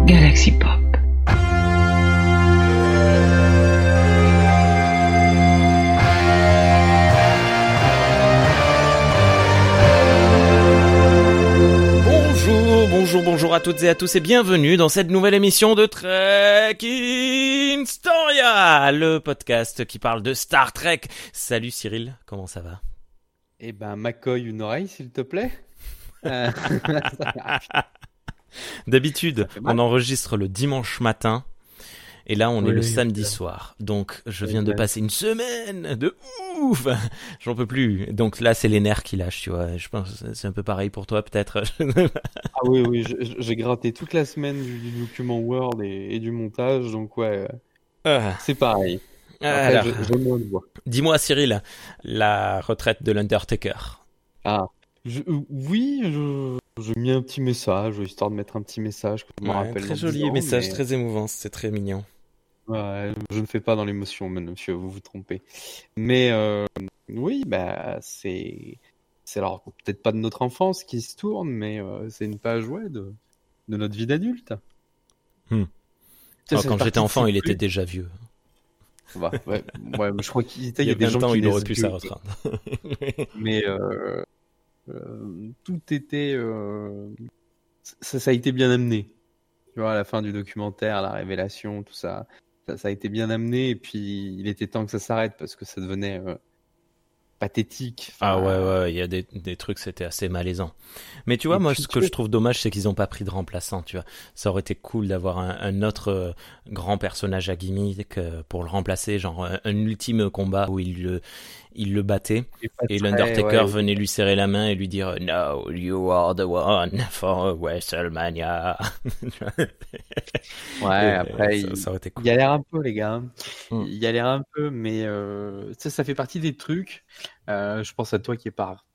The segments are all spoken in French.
Galaxy Pop. Bonjour à toutes et à tous et bienvenue dans cette nouvelle émission de Trek in Storia, le podcast qui parle de Star Trek. Salut Cyril, comment ça va ? Eh ben, McCoy, une oreille, s'il te plaît. D'habitude, on enregistre le dimanche matin. Et là, on est le samedi soir. Donc, je viens de passer une semaine de ouf. J'en peux plus. Donc là, c'est les nerfs qui lâchent, tu vois. Je pense que c'est un peu pareil pour toi, peut-être. Ah oui, j'ai gratté toute la semaine du document Word et du montage. Donc ouais, c'est pareil. Après, Alors, j'ai moins de voix. dis-moi, Cyril, la retraite de l'Undertaker. Ah, oui, j'ai mis un petit message, histoire de mettre un petit message que je me rappelle. Très joli message, très émouvant. C'est très mignon. Ouais, je ne fais pas dans l'émotion, monsieur, vous vous trompez. Mais oui, bah c'est alors peut-être pas de notre enfance qui se tourne, mais c'est une page de notre vie d'adulte. Alors, quand j'étais enfant, il était déjà vieux. Ouais, mais je crois qu'il il y a des gens temps, qui il aurait naissent pu vieux, sa retraite. mais tout était ça a été bien amené. Tu vois, à la fin du documentaire, la révélation, tout ça. Ça a été bien amené et puis il était temps que ça s'arrête parce que ça devenait pathétique. Ah ouais, il y a des trucs, c'était assez malaisant. Mais tu vois, moi, ce que je trouve dommage, c'est qu'ils n'ont pas pris de remplaçant, tu vois. Ça aurait été cool d'avoir un autre grand personnage à gimmick pour le remplacer, genre un ultime combat où il le battait et l'Undertaker venait lui serrer la main et lui dire « No, you are the one for WrestleMania ». Ouais, après, ça aurait été cool. Il galère un peu, les gars. Il galère un peu, mais ça fait partie des trucs. Je pense à toi qui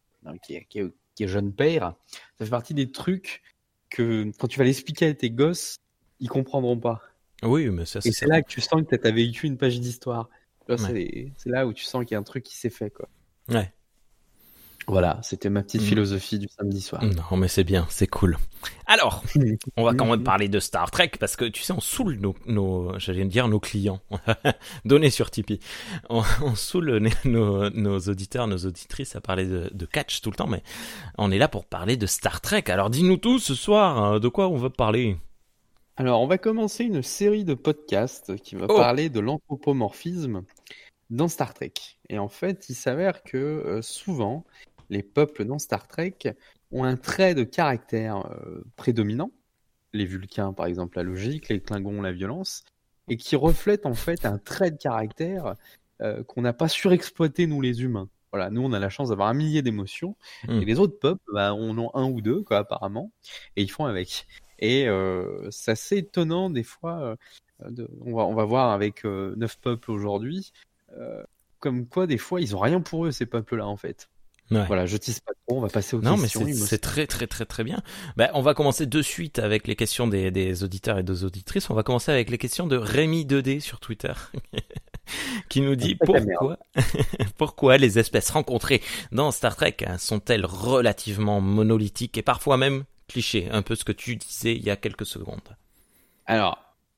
est jeune père. Ça fait partie des trucs que quand tu vas l'expliquer à tes gosses, ils comprendront pas. Oui, mais ça, c'est là que tu sens que tu as vécu une page d'histoire. C'est là où tu sens qu'il y a un truc qui s'est fait, quoi. Ouais. Voilà, c'était ma petite philosophie du samedi soir. Non, mais c'est bien, c'est cool. Alors, on va quand même parler de Star Trek parce que tu sais, on saoule nos clients. Donnez sur Tipeee. On saoule nos auditeurs, nos auditrices à parler de catch tout le temps, mais on est là pour parler de Star Trek. Alors, dis-nous tous ce soir, de quoi on va parler ? Alors, on va commencer une série de podcasts qui va parler de l'anthropomorphisme dans Star Trek. Et en fait, il s'avère que souvent, les peuples dans Star Trek ont un trait de caractère prédominant. Les Vulcains, par exemple, la logique, les Klingons, la violence, et qui reflètent en fait un trait de caractère qu'on n'a pas surexploité, nous les humains. Voilà, nous, on a la chance d'avoir 1 millier d'émotions, et les autres peuples, on en a 1 ou 2, quoi, apparemment, et ils font avec. Et c'est assez étonnant, des fois, on va voir avec 9 peuples aujourd'hui, comme quoi, des fois, ils ont rien pour eux, ces peuples-là, en fait. Ouais. Voilà, je tease pas trop, on va passer aux questions. Non, mais c'est très, très, très, très bien. On va commencer de suite avec les questions des auditeurs et des auditrices. On va commencer avec les questions de Rémi 2D sur Twitter, qui nous dit pourquoi les espèces rencontrées dans Star Trek sont-elles relativement monolithiques et parfois même clichés, un peu ce que tu disais il y a quelques secondes. Alors,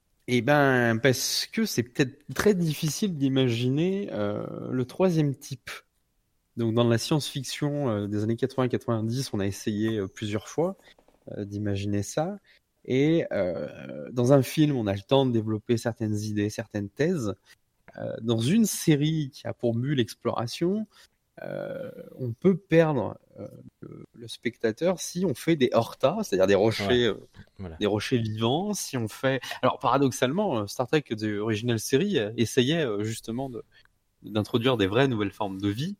parce que c'est peut-être très difficile d'imaginer le troisième type. Donc, dans la science-fiction des années 80-90, on a essayé plusieurs fois d'imaginer ça. Et dans un film, on a le temps de développer certaines idées, certaines thèses. Dans une série qui a pour but l'exploration, on peut perdre le spectateur si on fait des horta, c'est-à-dire des rochers, des rochers vivants. Si on fait, alors paradoxalement, Star Trek The Original Series essayait justement d'introduire des vraies nouvelles formes de vie,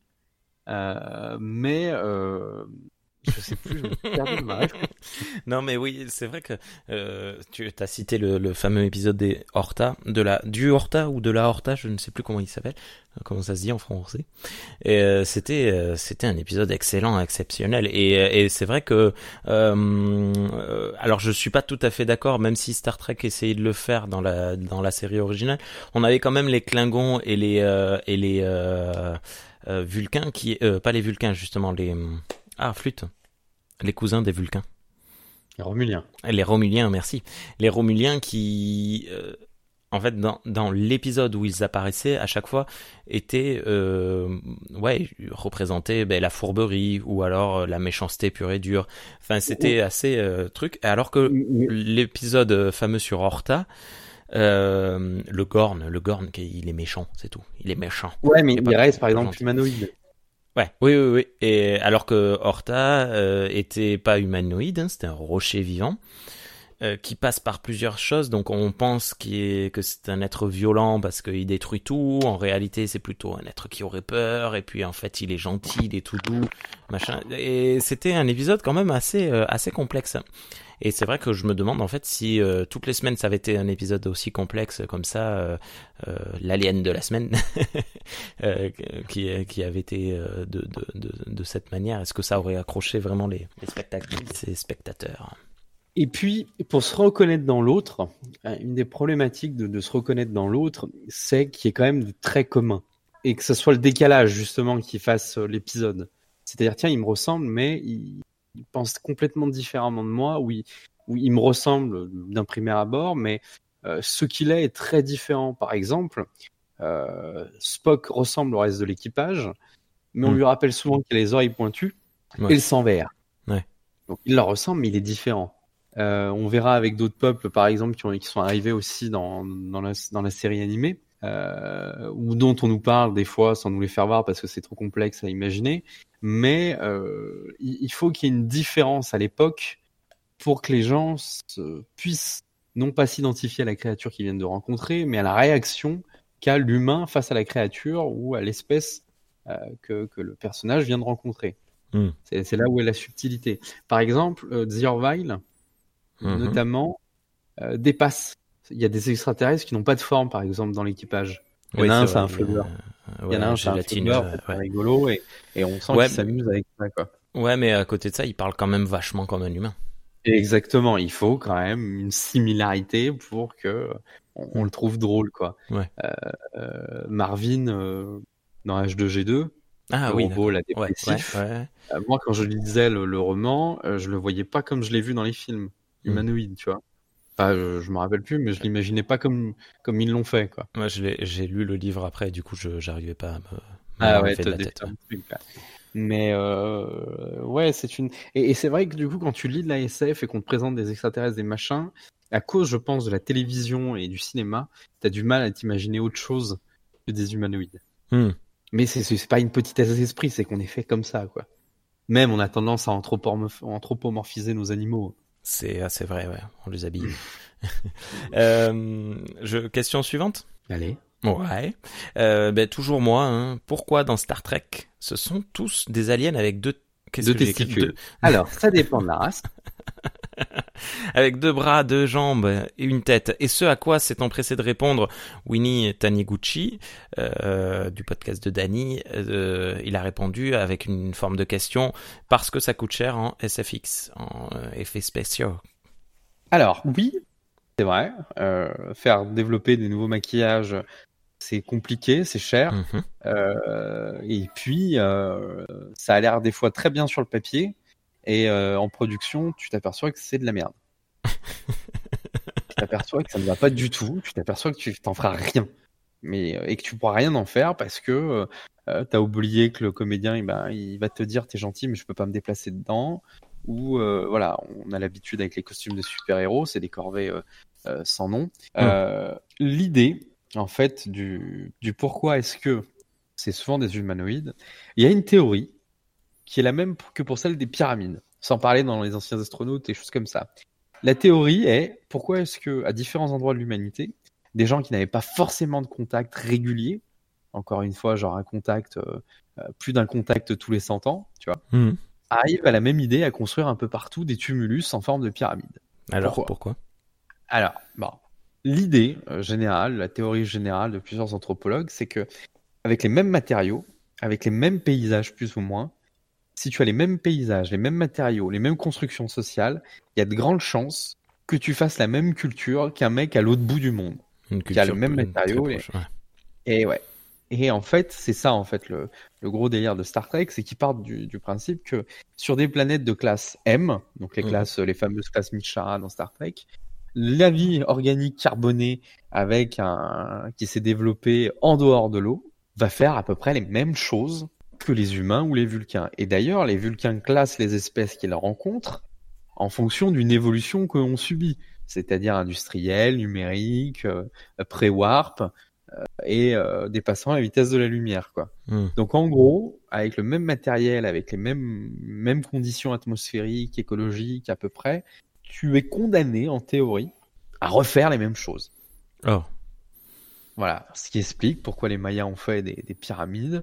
mais je sais plus, je me suis perdu de ma réflexion. Non, mais oui, c'est vrai que tu as cité le fameux épisode des Horta, du Horta ou de la Horta, je ne sais plus comment il s'appelle, comment ça se dit en français. Et c'était un épisode excellent, exceptionnel. Et c'est vrai que alors je suis pas tout à fait d'accord, même si Star Trek essayait de le faire dans la série originale, on avait quand même les Klingons et les Vulcains qui pas les Vulcains justement, les flûtes, les cousins des Vulcains. Les Romuliens. Les Romuliens, merci. Les Romuliens qui, en fait, dans l'épisode où ils apparaissaient, à chaque fois, étaient, représentaient la fourberie ou alors la méchanceté pure et dure. Enfin, c'était assez truc. Alors que l'épisode fameux sur Horta, le Gorn, il est méchant, c'est tout. Il est méchant. Ouais, mais il reste par exemple humanoïde. Ouais, oui. Et alors que Horta était pas humanoïde, hein, c'était un rocher vivant qui passe par plusieurs choses. Donc on pense que c'est un être violent parce qu'il détruit tout. En réalité, c'est plutôt un être qui aurait peur. Et puis en fait, il est gentil, il est tout doux, machin. Et c'était un épisode quand même assez complexe. Et c'est vrai que je me demande en fait si toutes les semaines ça avait été un épisode aussi complexe comme ça, l'alien de la semaine qui avait été de cette manière, est-ce que ça aurait accroché vraiment les spectateurs? Et puis, pour se reconnaître dans l'autre, une des problématiques de se reconnaître dans l'autre, c'est qu'il y ait quand même de très commun. Et que ce soit le décalage, justement, qui fasse l'épisode. C'est-à-dire, tiens, il me ressemble, mais il pense complètement différemment de moi, ou il me ressemble d'un premier abord, mais ce qu'il est très différent. Par exemple, Spock ressemble au reste de l'équipage, mais on lui rappelle souvent qu'il a les oreilles pointues et le sang vert. Ouais. Donc il leur ressemble, mais il est différent. On verra avec d'autres peuples, par exemple, qui sont arrivés aussi dans la série animée, ou dont on nous parle des fois sans nous les faire voir parce que c'est trop complexe à imaginer. Mais il faut qu'il y ait une différence à l'époque pour que les gens puissent non pas s'identifier à la créature qu'ils viennent de rencontrer, mais à la réaction qu'a l'humain face à la créature ou à l'espèce que le personnage vient de rencontrer. C'est là où est la subtilité. Par exemple, The Orville, notamment, dépasse. Il y a des extraterrestres qui n'ont pas de forme, par exemple, dans l'équipage. Il y en a un, c'est un flotteur. Il y en a un, c'est un flotteur, c'est rigolo, et on sent qu'il s'amuse avec ça, quoi. Ouais, mais à côté de ça, il parle quand même vachement comme un humain. Exactement, il faut quand même une similarité pour que on le trouve drôle, quoi. Ouais. Marvin, dans H2G2, le robot, la dépressif. Moi, quand je lisais le roman, je le voyais pas comme je l'ai vu dans les films, humanoïde, tu vois. Enfin, je me rappelle plus, mais je l'imaginais pas comme ils l'ont fait, quoi. Moi, j'ai lu le livre après, du coup, j'arrivais pas à m'enlever de la tête. Mais ouais, c'est une. Et c'est vrai que du coup, quand tu lis de la SF et qu'on te présente des extraterrestres, des machins, à cause, je pense, de la télévision et du cinéma, t'as du mal à t'imaginer autre chose que des humanoïdes. Mais c'est pas une petitesse d'esprit, c'est qu'on est fait comme ça, quoi. Même on a tendance à anthropomorphiser nos animaux. C'est assez vrai, ouais. On les habille. Question suivante. Allez. Ouais. Toujours moi. Hein. Pourquoi dans Star Trek, ce sont tous des aliens avec deux testicules. Alors, ça dépend de la race. Avec 2 bras, 2 jambes et une tête. Et ce à quoi s'est empressé de répondre Winnie Taniguchi du podcast de Danny. Il a répondu avec une forme de question parce que ça coûte cher en SFX, en effets spéciaux. Alors oui, c'est vrai. Faire développer des nouveaux maquillages, c'est compliqué, c'est cher. Et puis ça a l'air des fois très bien sur le papier. Et en production, tu t'aperçois que c'est de la merde. Tu t'aperçois que ça ne va pas du tout. Tu t'aperçois que tu t'en feras rien. Et que tu pourras rien en faire parce que t'as oublié que le comédien, il va te dire t'es gentil, mais je peux pas me déplacer dedans. Ou voilà, on a l'habitude avec les costumes de super-héros, c'est des corvées sans nom. L'idée, en fait, du pourquoi est-ce que c'est souvent des humanoïdes, il y a une théorie qui est la même que pour celle des pyramides, sans parler dans les anciens astronautes et choses comme ça. La théorie est, pourquoi est-ce que, à différents endroits de l'humanité, des gens qui n'avaient pas forcément de contact régulier, encore une fois, genre un contact, plus d'un contact tous les 100 ans, tu vois, arrivent à la même idée à construire un peu partout des tumulus en forme de pyramide. Alors, pourquoi Alors, l'idée générale, la théorie générale de plusieurs anthropologues, c'est que avec les mêmes matériaux, avec les mêmes paysages plus ou moins, si tu as les mêmes paysages, les mêmes matériaux, les mêmes constructions sociales, il y a de grandes chances que tu fasses la même culture qu'un mec à l'autre bout du monde, qui a le même matériau. Et ouais. Et en fait, c'est ça en fait le gros délire de Star Trek, c'est qu'ils partent du principe que sur des planètes de classe M, donc les fameuses classes Mishara dans Star Trek, la vie organique carbonée qui s'est développée en dehors de l'eau va faire à peu près les mêmes choses que les humains ou les Vulcains. Et d'ailleurs, les Vulcains classent les espèces qu'ils rencontrent en fonction d'une évolution que l'on subit, c'est-à-dire industrielle, numérique, pré-warp, et dépassant la vitesse de la lumière, quoi. Donc en gros, avec le même matériel, avec les mêmes conditions atmosphériques, écologiques à peu près, tu es condamné en théorie à refaire les mêmes choses. Oh. Voilà, ce qui explique pourquoi les Mayas ont fait des pyramides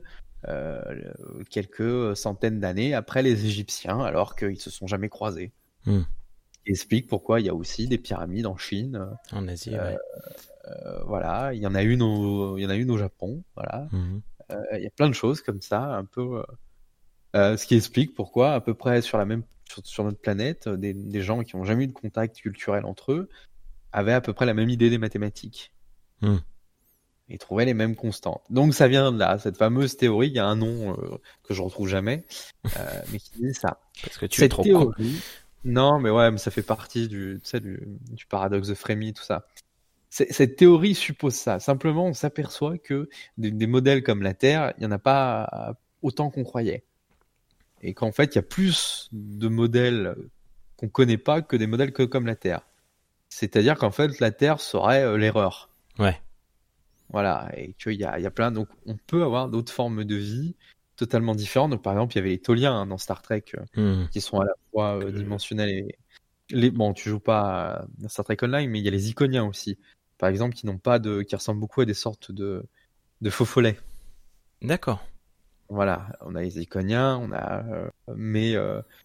quelques centaines d'années après les Égyptiens, alors qu'ils se sont jamais croisés. Ce qui explique pourquoi il y a aussi des pyramides en Chine, en Asie, ouais. Voilà, il y en a une au Japon, voilà. Il y a plein de choses comme ça, un peu. Ce qui explique pourquoi, à peu près sur notre planète, des gens qui n'ont jamais eu de contact culturel entre eux avaient à peu près la même idée des mathématiques. Et trouvaient les mêmes constantes. Donc ça vient de là, cette fameuse théorie. Il y a un nom que je retrouve jamais, mais qui dit ça. Parce que tu es trop théorie... Non, mais ouais, mais ça fait partie du paradoxe de Fermi, tout ça. Cette théorie suppose ça. Simplement, on s'aperçoit que des modèles comme la Terre, il n'y en a pas autant qu'on croyait. Et qu'en fait, il y a plus de modèles qu'on ne connaît pas que des modèles comme la Terre. C'est-à-dire qu'en fait, la Terre serait l'erreur. Ouais. Voilà, et qu'il y a plein... Donc, on peut avoir d'autres formes de vie totalement différentes. Donc, par exemple, il y avait les Tholiens dans Star Trek qui sont à la fois dimensionnels et... Bon, tu joues pas à Star Trek Online, mais il y a les Iconiens aussi. Par exemple, qui ressemblent beaucoup à des sortes de faux follets. D'accord. Voilà, on a les Iconiens, mais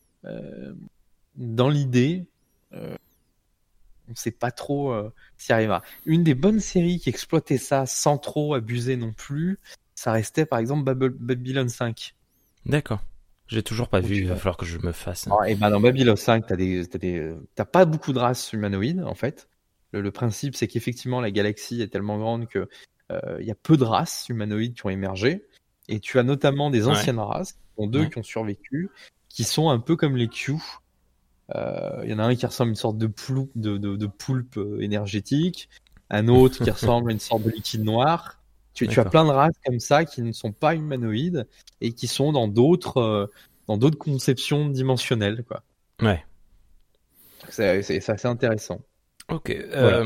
dans l'idée, on ne sait pas trop s'y arrivera. Une des bonnes séries qui exploitait ça sans trop abuser non plus, ça restait par exemple Babylon 5. D'accord. J'ai toujours pas vu, il va falloir que je me fasse. Et ben dans Babylon 5, t'as pas beaucoup de races humanoïdes en fait. Le principe, c'est qu'effectivement la galaxie est tellement grande que y a peu de races humanoïdes qui ont émergé. Et tu as notamment des anciennes races, qui ont survécu, qui sont un peu comme les Q. Il y en a un qui ressemble à une sorte de poulpe énergétique, un autre qui ressemble à une sorte de liquide noir. Tu as plein de races comme ça qui ne sont pas humanoïdes et qui sont dans d'autres conceptions dimensionnelles, quoi. Ouais. C'est assez intéressant. Ok. Voilà.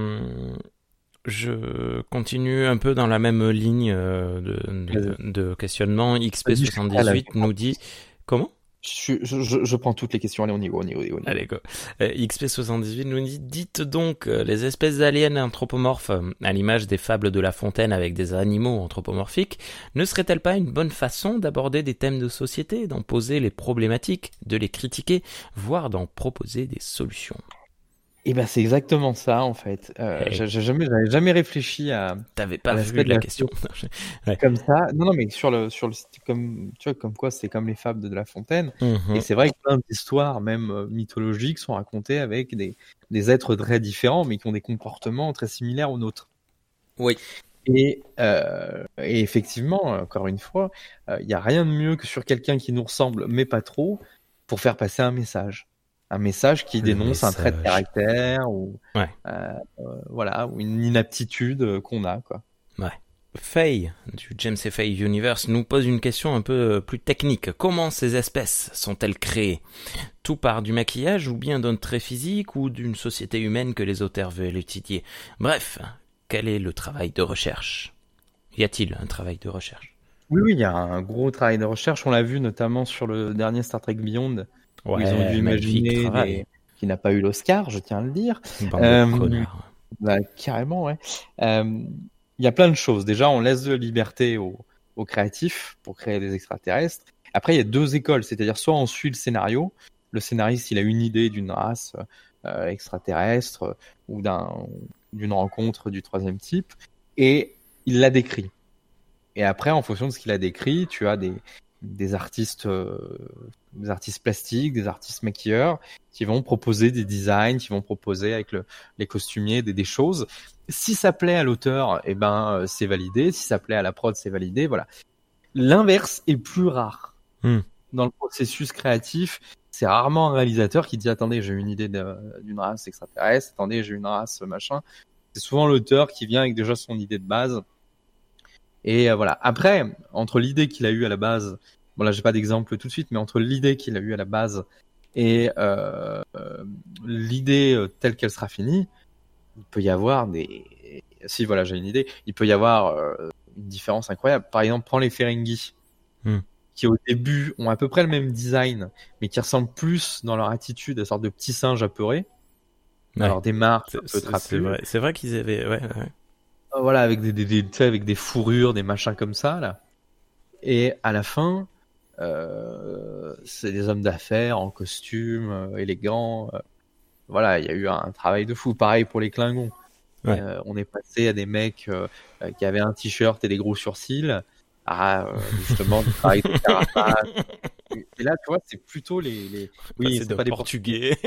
Je continue un peu dans la même ligne de questionnement. XP78 nous dit... Comment ? Je prends toutes les questions. Allez, on y va. Allez, go. XP78 nous dit, dites donc, les espèces aliens anthropomorphes, à l'image des fables de La Fontaine avec des animaux anthropomorphiques, ne serait-elle pas une bonne façon d'aborder des thèmes de société, d'en poser les problématiques, de les critiquer, voire d'en proposer des solutions ? Et ben c'est exactement ça en fait. J'avais jamais réfléchi à. T'avais pas vu la question. Comme ça. Non, mais sur le comme tu vois comme quoi c'est comme les fables de La Fontaine. Et c'est vrai que plein d'histoires même mythologiques sont racontées avec des êtres très différents mais qui ont des comportements très similaires aux nôtres. Oui. Et effectivement, encore une fois, il y a rien de mieux que sur quelqu'un qui nous ressemble mais pas trop pour faire passer un message. Un message qui dénonce un trait de caractère ou voilà, ou une inaptitude qu'on a, quoi. Ouais. Faye du James et Faye Universe nous pose une question un peu plus technique. Comment ces espèces sont-elles créées ? Tout part du maquillage ou bien d'un trait physique ou d'une société humaine que les auteurs veulent étudier ? Bref, quel est le travail de recherche ? Y a-t-il un travail de recherche ? Oui, il y a un gros travail de recherche. On l'a vu notamment sur le dernier Star Trek Beyond. Ouais, ils ont dû imaginer qui n'a pas eu l'Oscar, je tiens à le dire. Carrément, ouais. Il y a plein de choses. Déjà, on laisse de la liberté aux créatifs pour créer des extraterrestres. Après, il y a deux écoles, c'est-à-dire soit on suit le scénario. Le scénariste, il a une idée d'une race extraterrestre ou d'une rencontre du troisième type et il la décrit. Et après, en fonction de ce qu'il a décrit, tu as des artistes des artistes plastiques, des artistes maquilleurs, qui vont proposer des designs, qui vont proposer avec les costumiers des choses. Si ça plaît à l'auteur, eh ben c'est validé. Si ça plaît à la prod, c'est validé. Voilà. L'inverse est plus rare. Dans le processus créatif, c'est rarement un réalisateur qui dit attendez, j'ai une idée d'une race extraterrestre, attendez, j'ai une race machin. C'est souvent l'auteur qui vient avec déjà son idée de base. Et voilà. Après, entre l'idée qu'il a eue à la base, bon là j'ai pas d'exemple tout de suite, mais entre l'idée qu'il a eue à la base et l'idée telle qu'elle sera finie, il peut y avoir si voilà, j'ai une idée, il peut y avoir une différence incroyable. Par exemple, prends les Ferengi, qui au début ont à peu près le même design, mais qui ressemblent plus dans leur attitude à une sorte de petits singes apeurés. Ouais. Alors des marques un peu trapues. C'est vrai qu'ils avaient, ouais. Voilà, avec avec des fourrures, des machins comme ça là. Et à la fin, c'est des hommes d'affaires en costume, élégants. Voilà, il y a eu un travail de fou. Pareil pour les Klingons. Ouais. On est passé à des mecs qui avaient un t-shirt et des gros sourcils. Justement, du travail de carapace. Et là, tu vois, c'est plutôt les... Oui, c'est pas des Portugais.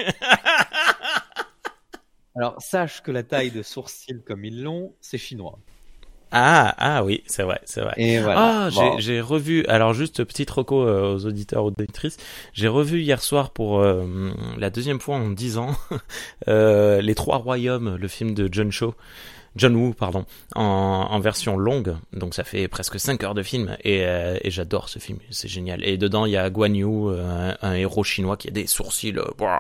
Alors, sache que la taille de sourcils comme ils l'ont, c'est chinois. Ah oui, c'est vrai. Et voilà. J'ai revu, alors juste petite reco aux auditeurs, aux auditrices, j'ai revu hier soir pour la deuxième fois en 10 ans Les Trois Royaumes, le film de John Woo, en version longue, donc ça fait presque 5 heures de film, et j'adore ce film, c'est génial. Et dedans, il y a Guan Yu, un héros chinois qui a des sourcils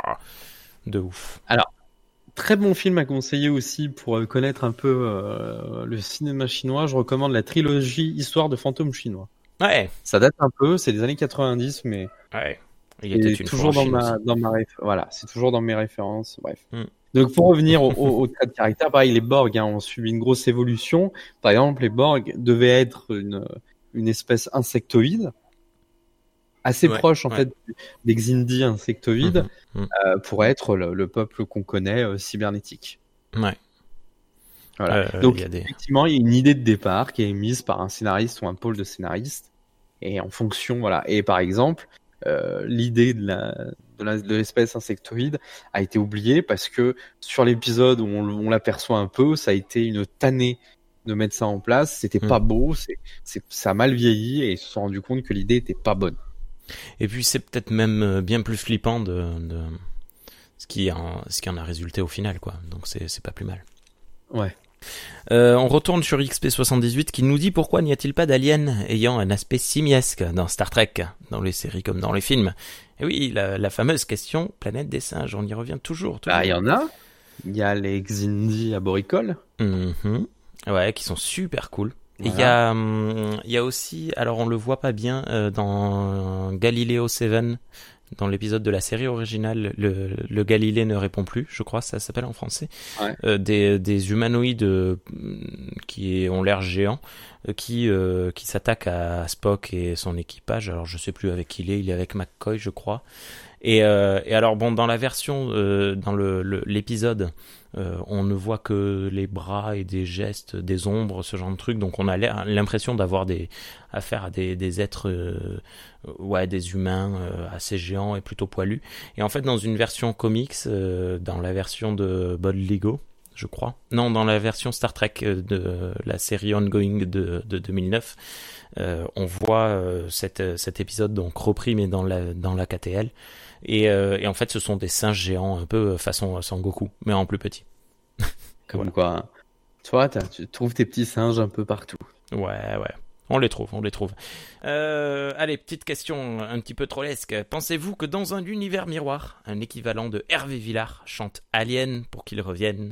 de ouf. Alors, très bon film à conseiller aussi pour connaître un peu le cinéma chinois. Je recommande la trilogie Histoire de fantômes chinois. Ouais. Ça date un peu, c'est des années 90, mais ouais. Il était toujours voilà, c'est toujours dans mes références. Bref. Donc pour revenir au trait de caractère, pareil, les Borg ont subi une grosse évolution. Par exemple, les Borg devaient être une espèce insectoïde, assez proche en fait des Xindi insectoïdes, pour être le peuple qu'on connaît cybernétique. Ouais. Voilà. Donc effectivement, il y a une idée de départ qui est émise par un scénariste ou un pôle de scénaristes, et en fonction, voilà. Et par exemple, l'idée de l'espèce insectoïde a été oubliée parce que sur l'épisode où on l'aperçoit un peu, ça a été une tannée de mettre ça en place. C'était pas beau, ça a mal vieilli, et ils se sont rendus compte que l'idée était pas bonne. Et puis c'est peut-être même bien plus flippant de ce qui en a résulté au final, quoi. Donc c'est pas plus mal. Ouais. On retourne sur XP78 qui nous dit pourquoi n'y a-t-il pas d'aliens ayant un aspect simiesque dans Star Trek, dans les séries comme dans les films. Et oui, la fameuse question Planète des singes, on y revient toujours. Il y en a. Il y a les Xindi arboricoles. Ouais, qui sont super cool. Voilà. Et il y a aussi, alors on le voit pas bien dans Galileo 7, dans l'épisode de la série originale, le Galilée ne répond plus, je crois, ça s'appelle en français. Ouais. Des humanoïdes qui ont l'air géants, qui s'attaquent à Spock et son équipage. Alors je sais plus avec qui il est avec McCoy, je crois. Et alors bon, dans la version, dans l'épisode, on ne voit que les bras et des gestes, des ombres, ce genre de trucs. Donc on a l'impression d'avoir affaire à des êtres, des humains assez géants et plutôt poilus. Et en fait, dans une version comics, dans la version de Bob Ligo, je crois. Non, dans la version Star Trek de la série ongoing de 2009, on voit cet épisode donc repris mais dans la KTL. Et en fait, ce sont des singes géants un peu façon Sangoku, mais en plus petit. Comme quoi, toi, tu trouves tes petits singes un peu partout. Ouais. On les trouve. Allez, petite question un petit peu trollesque. Pensez-vous que dans un univers miroir, un équivalent de Hervé Villard chante Alien pour qu'il revienne?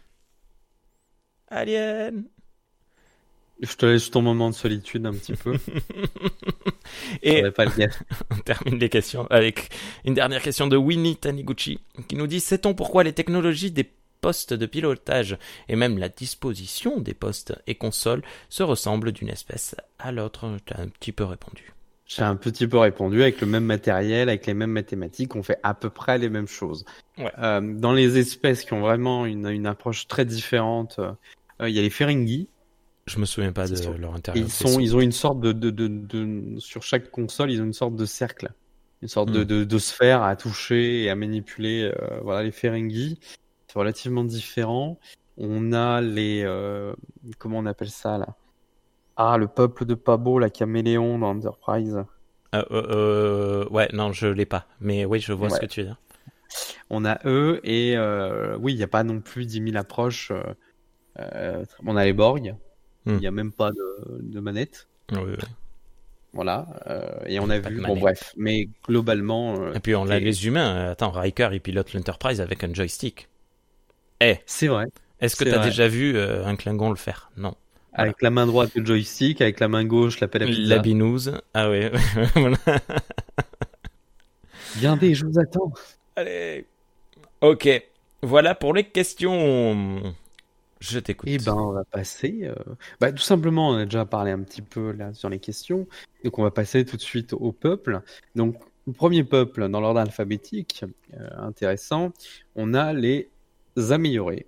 Alien. Je te laisse ton moment de solitude un petit peu. Et pas le on termine les questions avec une dernière question de Winnie Taniguchi qui nous dit: sait-on pourquoi les technologies des postes de pilotage et même la disposition des postes et consoles se ressemblent d'une espèce à l'autre? Tu as un petit peu répondu. J'ai un petit peu répondu. Avec le même matériel, avec les mêmes mathématiques, on fait à peu près les mêmes choses. Ouais. Dans les espèces qui ont vraiment une approche très différente, il y a les Ferengi. Je me souviens pas de leur intérieur. Ils ont une sorte de sur chaque console, ils ont une sorte de cercle. une sorte de sphère à toucher et à manipuler. Voilà, les Ferengi, c'est relativement différent. On a les comment on appelle ça là? Ah, le peuple de Pabo, la caméléon dans Enterprise. Ouais, non, je l'ai pas. Mais oui, je vois ce que tu veux dire. On a eux et oui, il n'y a pas non plus 10 000 approches. On a les Borg. Il n'y a même pas de manette. Oui. Voilà. Et on a vu. Bon, bref. Mais globalement. Et puis on a les humains. Attends, Riker, il pilote l'Enterprise avec un joystick. C'est vrai. Est-ce que tu as déjà vu un Klingon le faire? Non. Avec la main droite le joystick, avec la main gauche la pelle à pizza. La binouse. Ah ouais. Viendez, je vous attends. Allez. Ok. Voilà pour les questions. Je t'écoute. Eh ben, on va passer. Tout simplement, on a déjà parlé un petit peu là sur les questions. Donc, on va passer tout de suite au peuple. Donc, le premier peuple dans l'ordre alphabétique, intéressant, on a les améliorés.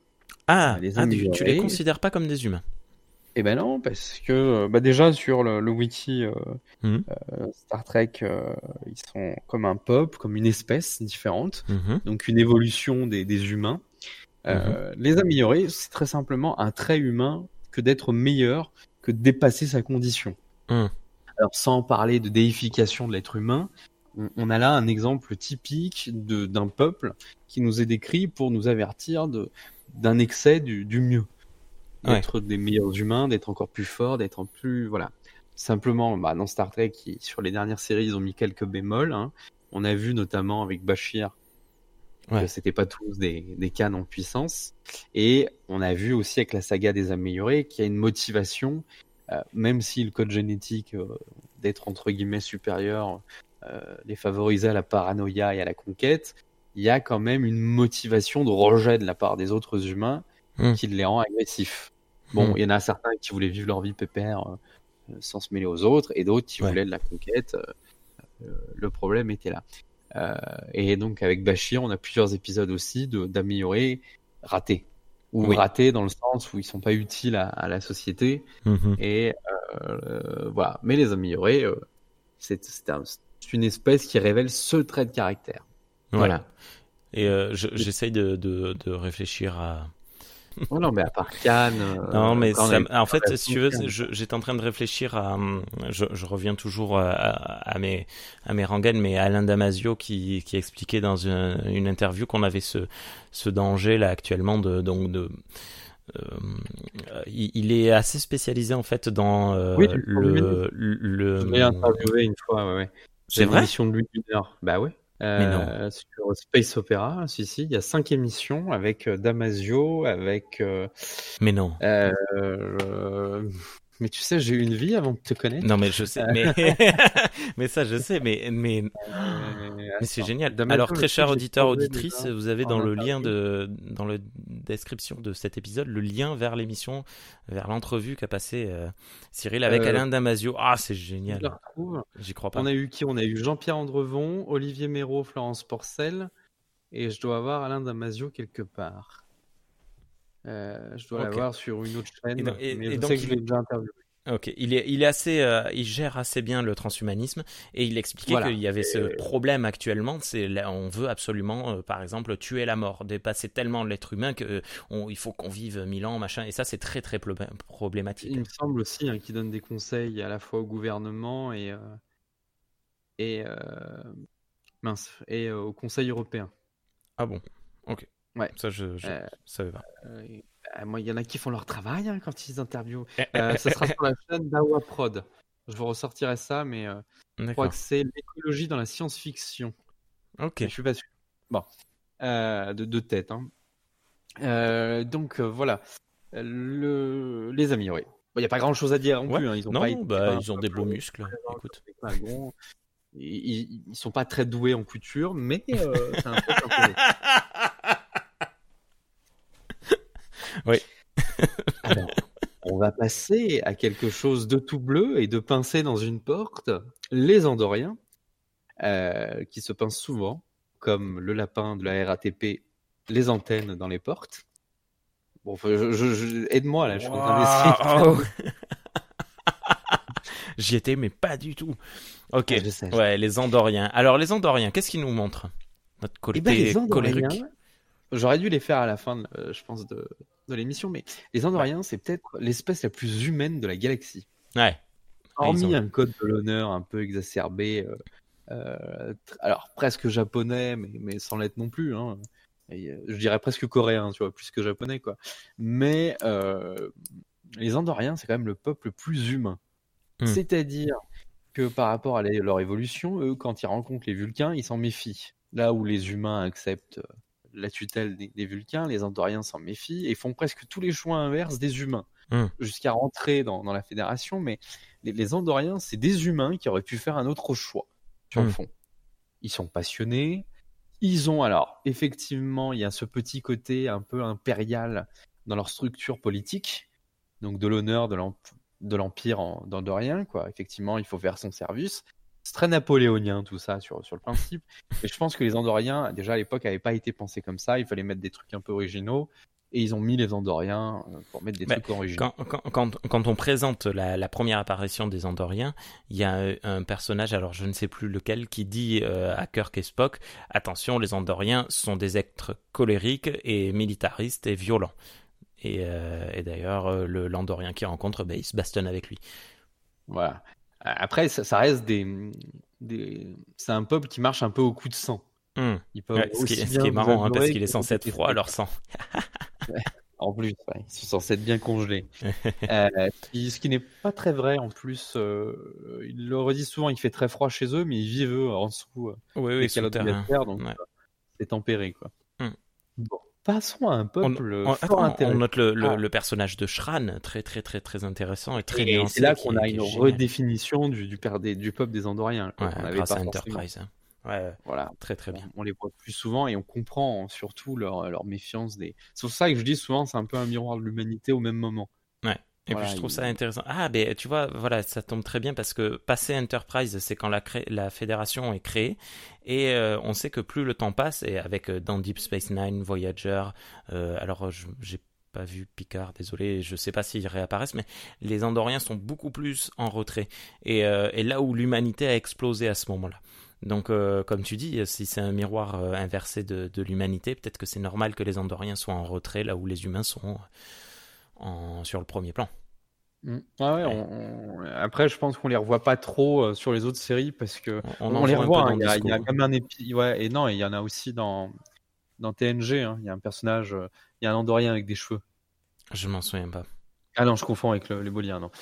Tu les considères pas comme des humains? Eh ben non, parce que déjà sur le wiki Star Trek, ils sont comme un peuple, comme une espèce différente, donc une évolution des humains. Les améliorés, c'est très simplement un trait humain que d'être meilleur, que de dépasser sa condition. Alors sans parler de déification de l'être humain, on a là un exemple typique d'un peuple qui nous est décrit pour nous avertir d'un excès du mieux. D'être des meilleurs humains, d'être encore plus forts, d'être plus... Voilà. Simplement, dans Star Trek, sur les dernières séries, ils ont mis quelques bémols. Hein. On a vu notamment avec Bashir que c'était pas tous des cannes en puissance. Et on a vu aussi avec la saga des améliorés qu'il y a une motivation, même si le code génétique d'être entre guillemets supérieur les favorisait à la paranoïa et à la conquête, il y a quand même une motivation de rejet de la part des autres humains qui les rend agressifs. Bon, il y en a certains qui voulaient vivre leur vie pépère sans se mêler aux autres, et d'autres qui voulaient de la conquête. Le problème était là. Et donc avec Bashir, on a plusieurs épisodes aussi d'améliorer ratés. Ou ratés dans le sens où ils sont pas utiles à la société. Et voilà. Mais les améliorés, c'est une espèce qui révèle ce trait de caractère. Voilà. Et j'essaye de réfléchir à... Oh non, mais à part Cannes. Non, mais en fait, si tu veux, j'étais en train de réfléchir à. Je reviens toujours à mes rengaines, mais Alain Damasio qui expliquait dans une interview qu'on avait ce danger là actuellement il est assez spécialisé en fait dans le. Je l'ai interviewé une fois, ouais. C'est vrai. Une émission de lui d'une heure. Bah ouais. Mais non. Sur Space Opera, si, il y a 5 émissions avec Damasio, avec. Mais non. Mais tu sais, j'ai eu une vie avant de te connaître. Non, mais je sais, mais ça, je sais, mais c'est génial. Alors, très chers auditeurs, auditrices, vous avez dans le lien dans la description de cet épisode, le lien vers l'émission, vers l'entrevue qu'a passé Cyril avec Alain Damasio. Ah, c'est génial. Je la retrouve. J'y crois pas. On a eu qui? On a eu Jean-Pierre Andrevon, Olivier Méraud, Florence Porcel, et je dois avoir Alain Damasio quelque part. Je dois l'avoir sur une autre chaîne, mais je sais que je l'ai déjà interviewé. Ok, il est assez, il gère assez bien le transhumanisme et il expliquait qu'il y avait ce problème actuellement. On veut absolument, par exemple, tuer la mort, dépasser tellement l'être humain il faut qu'on vive 1000 ans, machin. Et ça, c'est très très problématique. Il me semble aussi qu'il donne des conseils à la fois au gouvernement et au Conseil européen. Ah bon, ok. Ouais. Ça, je savais pas. Moi, il y en a qui font leur travail quand ils interviewent. Ça sera sur la chaîne d'Awa Prod. Je vous ressortirai ça, mais je crois que c'est l'écologie dans la science-fiction. Ok. Mais je suis pas sûr. Bon, de tête. Donc voilà, les améliorés. Il n'y a pas grand-chose à dire non plus. Ils ont des beaux muscles. Écoute. Ils sont pas très doués en couture, mais c'est un peu sympa. Oui. Alors, on va passer à quelque chose de tout bleu et de pincé dans une porte. Les Andoriens, qui se pincent souvent, comme le lapin de la RATP, les antennes dans les portes. Bon, aide-moi là, je suis en train d'essayer. J'y étais, mais pas du tout. Ok, Je sais. ouais, les Andoriens. Alors, les Andoriens, qu'est-ce qu'ils nous montrent? Notre Eh ben, les côté Andoriens, colérique. j'aurais dû les faire à la fin, je pense, de l'émission, mais les Ouais. Andoriens, c'est peut-être l'espèce la plus humaine de la galaxie. Ouais. Ouais, ils Hormis ont... un code de l'honneur un peu exacerbé, alors presque japonais, mais sans l'être non plus, hein. Et, je dirais presque coréen, tu vois, plus que japonais, quoi. Mais les Andoriens, c'est quand même le peuple le plus humain. Hmm. C'est-à-dire que par rapport à leur évolution, eux, quand ils rencontrent les Vulcains, ils s'en méfient. Là où les humains acceptent la tutelle des Vulcains, les Andoriens s'en méfient et font presque tous les choix inverses des humains, Hmm. jusqu'à rentrer dans la Fédération. Mais les Andoriens, c'est des humains qui auraient pu faire un autre choix, sur le fond. Ils sont passionnés. Ils ont, alors, effectivement, il y a ce petit côté un peu impérial dans leur structure politique, donc de l'honneur de l'Empire d'Andorien, quoi. Effectivement, il faut faire son service. C'est très napoléonien, tout ça, sur le principe. Et je pense que les Andoriens, déjà à l'époque, n'avaient pas été pensés comme ça. Il fallait mettre des trucs un peu originaux. Et ils ont mis les Andoriens pour mettre des Mais trucs originaux. quand on présente la première apparition des Andoriens, il y a un personnage, alors je ne sais plus lequel, qui dit à Kirk et Spock, attention, les Andoriens sont des êtres colériques et militaristes et violents. Et d'ailleurs, l'Andorien qu'il rencontre, ben, il se bastonne avec lui. Voilà. Après, ça reste c'est un peuple qui marche un peu au coup de sang. Ils peuvent Ouais, ce qui aussi est bien vous marrant, hein, parce adorer qu'il est que vous censé être froid, détester, leur quoi. sang. Ouais. En plus, ouais, ils sont censés être bien congelés. Ce qui n'est pas très vrai en plus. Ils le redisent souvent, il fait très froid chez eux, mais ils vivent eux en dessous Oui, des oui, calottes de souterrain. glaciaire, donc Ouais. c'est tempéré, quoi. Hmm. Bon, passons à un peuple fort Attends, on intéressant. note le personnage de Shran, très très très très intéressant et très Et c'est nuancé, là qui qu'on a est une génial. redéfinition du peuple des Andoriens, Ouais, qu'on n'avait grâce pas à forcément. Enterprise. Hein. Ouais, Voilà. très très bien. On les voit plus souvent et on comprend surtout leur méfiance des. C'est pour ça que je dis souvent, c'est un peu un miroir de l'humanité au même moment. Ouais. Et Voilà, puis je trouve ça intéressant. Ah, ben tu vois, voilà, ça tombe très bien parce que passer Enterprise, c'est quand la fédération est créée. Et on sait que plus le temps passe, et avec dans Deep Space Nine, Voyager, alors j'ai pas vu Picard, désolé, je sais pas s'ils réapparaissent, mais les Andoriens sont beaucoup plus en retrait. Et là où l'humanité a explosé à ce moment-là. Donc, comme tu dis, si c'est un miroir inversé de l'humanité, peut-être que c'est normal que les Andoriens soient en retrait là où les humains sont sur le premier plan. Ah ouais, Ouais. Après, je pense qu'on les revoit pas trop sur les autres séries parce que On en on les joue un peu revoit, hein. dans Il y a Disco. quand même un ouais, et non, il y en a aussi dans TNG, hein. Il y a un personnage, il y a un Andorien avec des cheveux. Je m'en souviens pas. Ah non, je confonds avec les Boliens, non.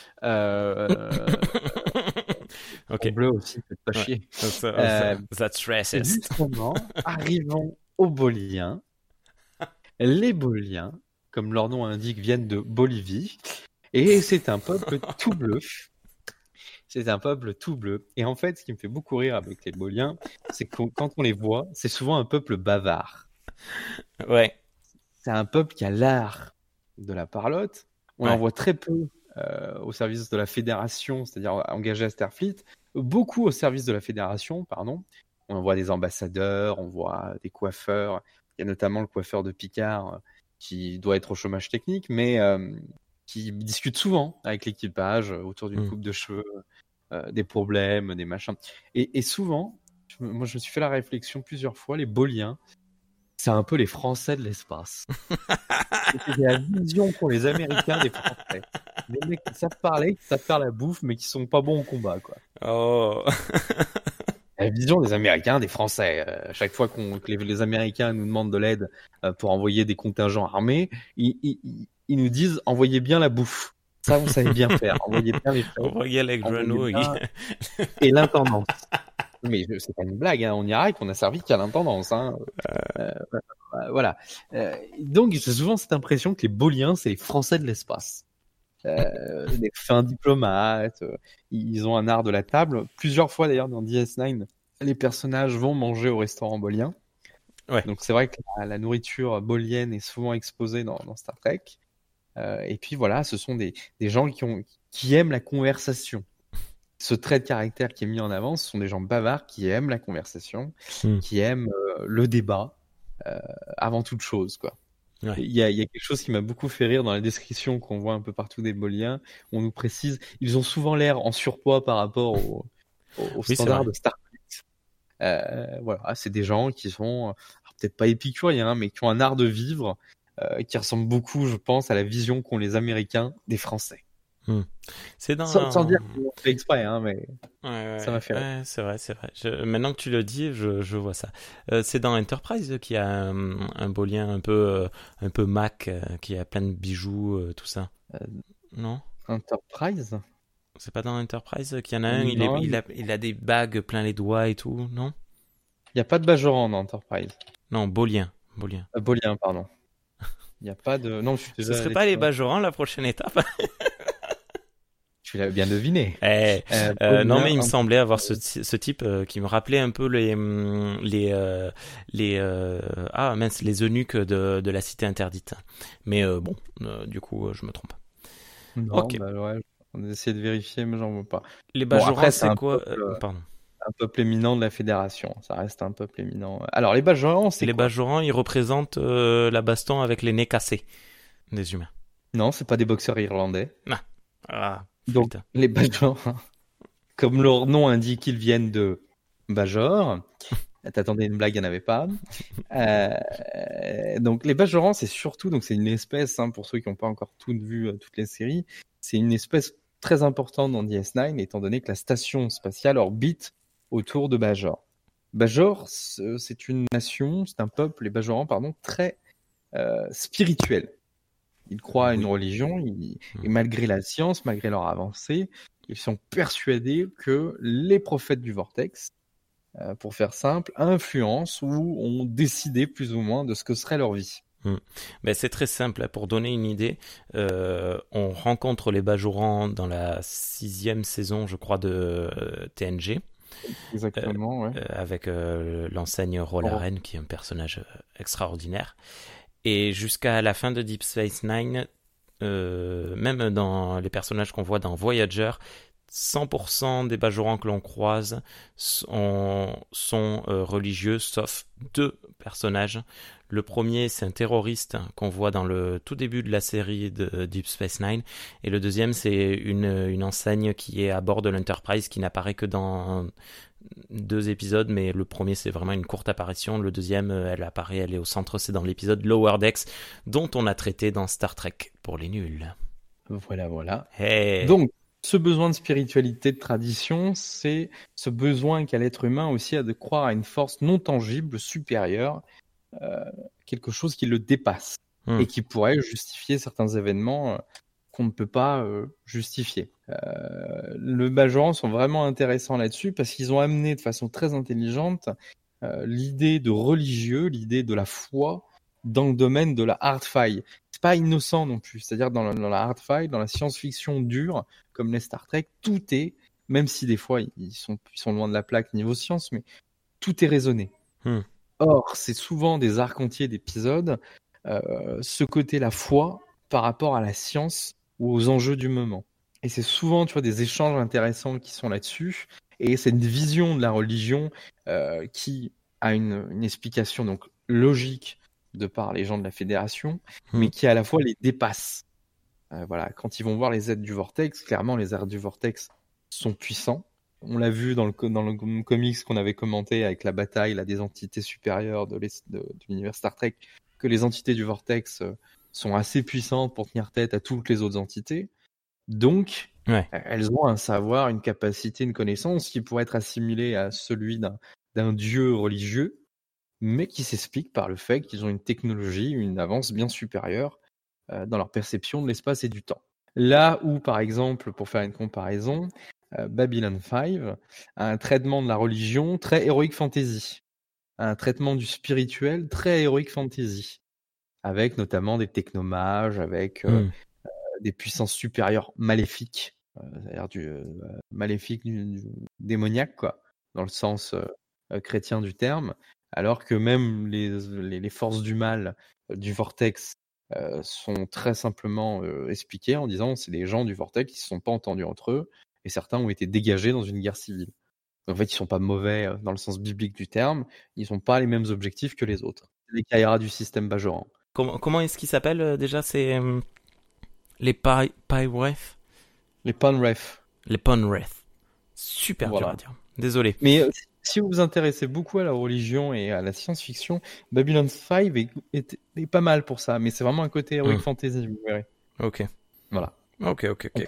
En Ok. bleu aussi, faites pas Ouais. chier. That's racist. Justement, arrivons aux Boliens. Les Boliens, comme leur nom indique, viennent de Bolivie. Et c'est un peuple tout bleu. C'est un peuple tout bleu. Et en fait, ce qui me fait beaucoup rire avec les Boliens, c'est que quand on les voit, c'est souvent un peuple bavard. Ouais. C'est un peuple qui a l'art de la parlotte. On en Ouais. voit très peu au service de la Fédération, c'est-à-dire engagé à Starfleet. Beaucoup au service de la Fédération, pardon. On voit des ambassadeurs, on voit des coiffeurs. Il y a notamment le coiffeur de Picard qui doit être au chômage technique, mais qui discute souvent avec l'équipage autour d'une coupe de cheveux, des problèmes, des machins. Et souvent, moi je me suis fait la réflexion plusieurs fois, les Boliens, c'est un peu les Français de l'espace. C'est la vision qu'ont les Américains des Français. Des mecs qui savent parler, qui savent faire la bouffe, mais qui sont pas bons au combat, quoi. Oh. La vision des Américains, des Français. À chaque fois que les Américains nous demandent de l'aide pour envoyer des contingents armés, ils nous disent envoyez bien la bouffe. Ça, vous savez bien faire. Envoyez bien les choses. Envoyez les grenouilles. Et l'intendance. Mais c'est pas une blague, hein. En Irak, on a servi qu'à l'intendance. Hein. Voilà. Donc, j'ai souvent cette impression que les Boliens, c'est les Français de l'espace. Des fins diplomates, ils ont un art de la table. Plusieurs fois d'ailleurs dans DS9, les personnages vont manger au restaurant bolien. Ouais. Donc c'est vrai que la nourriture bolienne est souvent exposée dans Star Trek. Et puis voilà, ce sont des gens qui aiment la conversation. Ce trait de caractère qui est mis en avant, ce sont des gens bavards qui aiment la conversation, qui aiment le débat avant toute chose, quoi. Ouais. Il y a quelque chose qui m'a beaucoup fait rire dans la description qu'on voit un peu partout des Boliens. On nous précise, ils ont souvent l'air en surpoids par rapport aux Oui, c'est standards vrai. de Starfleet. Voilà, c'est des gens qui sont alors peut-être pas épicuriens, hein, mais qui ont un art de vivre qui ressemble beaucoup, je pense, à la vision qu'ont les Américains des Français. C'est Sans dire dans. qu'ils l'ont fait exprès, hein, mais Ouais, ça m'a fait rire. ouais, c'est vrai, c'est vrai. Maintenant que tu le dis, je vois ça. C'est dans Enterprise qu'il y a un beau lien un peu Mac, qui a plein de bijoux, tout ça. Euh, Non? Enterprise? C'est pas dans Enterprise qu'il y en a un, Non, il a des bagues plein les doigts et tout, non? il n'y a pas de Bajoran dans Enterprise. Non, Bolien. Bolien. Bolien, pardon. Il n'y a pas de. Non, je suis Ce déjà serait allé pas les sur. Bajorans la prochaine étape? Tu l'avais bien deviné. Eh, non, Bolien, mais il me semblait avoir ce type qui me rappelait un peu mince, les eunuques de la cité interdite. Mais bon, du coup, je me trompe. non, Ok. bah ouais, on a essayé de vérifier, mais j'en vois pas. Les Bon, Bajorans, après, c'est c'est quoi? Pardon. un peuple éminent de la Fédération. Ça reste un peuple éminent. Alors, les Bajorans, c'est Les quoi? Bajorans, ils représentent la baston avec les nez cassés des humains. Non, c'est pas des boxeurs irlandais. Ah, Donc, putain. les Bajorans, comme leur nom indique, ils viennent de Bajor. T'attendais une blague, il n'y en avait pas. Donc, les Bajorans, c'est surtout, donc c'est une espèce, hein, pour ceux qui n'ont pas encore vu toutes les séries, c'est une espèce très importante dans DS9, étant donné que la station spatiale orbite autour de Bajor. Bajor, c'est une nation, c'est un peuple, les Bajorans, pardon, très spirituel. Ils croient à une religion, et malgré la science, malgré leur avancée, ils sont persuadés que les prophètes du Vortex, pour faire simple, influencent ou ont décidé plus ou moins de ce que serait leur vie. Ben, c'est très simple. Pour donner une idée, on rencontre les Bajorans dans la 6e saison, je crois, de TNG. Exactement, ouais. Avec l'enseigne Rolaren, qui est un personnage extraordinaire. Et jusqu'à la fin de Deep Space Nine, même dans les personnages qu'on voit dans Voyager, 100% des Bajorans que l'on croise sont religieux, sauf 2 personnages. Le premier, c'est un terroriste qu'on voit dans le tout début de la série de Deep Space Nine. Et le deuxième, c'est une enseigne qui est à bord de l'Enterprise, qui n'apparaît que dans 2 épisodes, mais le premier, c'est vraiment une courte apparition. Le deuxième, elle apparaît, elle est au centre, c'est dans l'épisode Lower Decks, dont on a traité dans Star Trek pour les nuls. Voilà. Hey. Donc, ce besoin de spiritualité, de tradition, c'est ce besoin qu'a l'être humain aussi de croire à une force non tangible, supérieure, quelque chose qui le dépasse et qui pourrait justifier certains événements qu'on ne peut pas justifier. Les Bajorans sont vraiment intéressants là-dessus parce qu'ils ont amené de façon très intelligente l'idée de religieux, l'idée de la foi dans le domaine de la hard-fi. C'est pas innocent non plus, c'est-à-dire dans la hard-fi, dans la science-fiction dure, comme les Star Trek, tout est, même si des fois ils sont loin de la plaque niveau science, mais tout est raisonné. Or, c'est souvent des arcs entiers d'épisodes, ce côté la foi par rapport à la science ou aux enjeux du moment. Et c'est souvent, tu vois, des échanges intéressants qui sont là-dessus. Et c'est une vision de la religion qui a une explication donc logique de par les gens de la Fédération, mais qui à la fois les dépasse. Voilà, quand ils vont voir les êtres du Vortex, clairement les êtres du Vortex sont puissants. On l'a vu dans le comics qu'on avait commenté avec la bataille là, des entités supérieures de l'univers Star Trek, que les entités du Vortex sont assez puissantes pour tenir tête à toutes les autres entités. Donc, elles ont un savoir, une capacité, une connaissance qui pourrait être assimilée à celui d'un dieu religieux, mais qui s'explique par le fait qu'ils ont une technologie, une avance bien supérieure dans leur perception de l'espace et du temps. Là où, par exemple, pour faire une comparaison, Babylon 5 a un traitement de la religion très heroic fantasy, un traitement du spirituel très heroic fantasy, avec notamment des technomages, avec des puissances supérieures maléfiques, c'est-à-dire maléfique démoniaque, quoi, dans le sens chrétien du terme, alors que même les forces du mal du Vortex sont très simplement expliquées en disant c'est des gens du Vortex qui ne se sont pas entendus entre eux, et certains ont été dégagés dans une guerre civile. En fait, ils ne sont pas mauvais dans le sens biblique du terme, ils n'ont pas les mêmes objectifs que les autres. C'est les Kairas du système Bajoran. Comment est-ce qu'ils s'appellent déjà? C'est les Pyref? Les Penref. Les Penref. Super dur Voilà. à dire. Désolé. Mais si vous vous intéressez beaucoup à la religion et à la science-fiction, Babylon 5 est pas mal pour ça. Mais c'est vraiment un côté heroic fantasy, vous verrez. Ok. Voilà. Ok.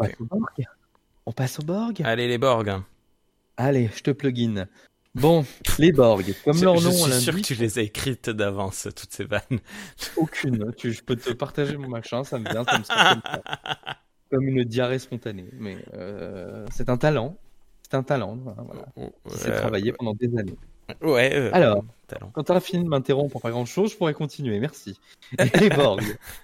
On passe au Borg. Allez, les Borg. Allez, je te plugin. Bon, les Borg, comme leur Je nom suis sûr que l'indique, tu les as écrites d'avance, toutes ces vannes. aucune. Je peux te partager mon machin, ça me vient, ça me sort comme ça. Comme une diarrhée spontanée. Mais c'est un talent. C'est un talent, voilà. Qui s'est travaillé pendant des années. Ouais. Alors, talent. quand t'as fini de m'interrompre pour pas grand-chose, je pourrais continuer. Merci. Les Borg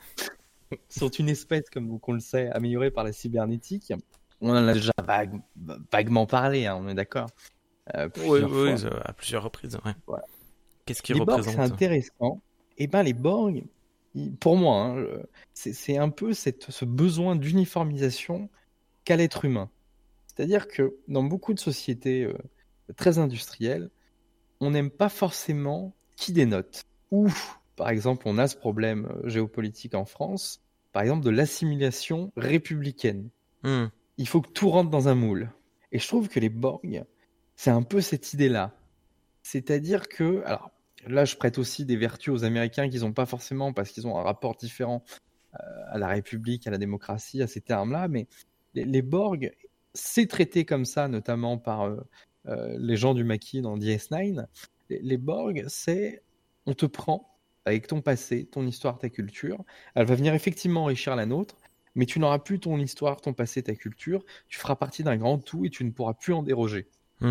sont une espèce, comme on le sait, améliorée par la cybernétique. On en a déjà vaguement parlé, hein, on est d'accord. Oui, à plusieurs reprises. Ouais. Voilà. Qu'est-ce qu'ils Les Borg, représentent? c'est intéressant. Et ben, les Borg, pour moi, hein, c'est un peu ce besoin d'uniformisation qu'a l'être humain. C'est-à-dire que dans beaucoup de sociétés très industrielles, on n'aime pas forcément qui dénote. Ou, par exemple, on a ce problème géopolitique en France, par exemple, de l'assimilation républicaine. Il faut que tout rentre dans un moule. Et je trouve que les Borg, c'est un peu cette idée-là. C'est-à-dire que, alors là, je prête aussi des vertus aux Américains qu'ils n'ont pas forcément parce qu'ils ont un rapport différent à la République, à la démocratie, à ces termes-là, mais les Borg, c'est traité comme ça, notamment par les gens du maquis dans DS9. Les Borg, c'est on te prend avec ton passé, ton histoire, ta culture. Elle va venir effectivement enrichir la nôtre, mais tu n'auras plus ton histoire, ton passé, ta culture. Tu feras partie d'un grand tout et tu ne pourras plus en déroger.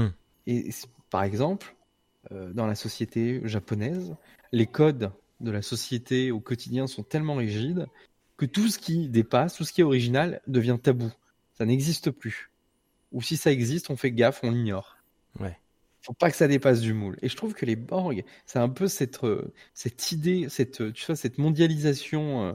Et par exemple, dans la société japonaise, les codes de la société au quotidien sont tellement rigides que tout ce qui dépasse, tout ce qui est original devient tabou. Ça n'existe plus. Ou si ça existe, on fait gaffe, on l'ignore. Ouais. Faut pas que ça dépasse du moule. Et je trouve que les Borg, c'est un peu cette idée, cette mondialisation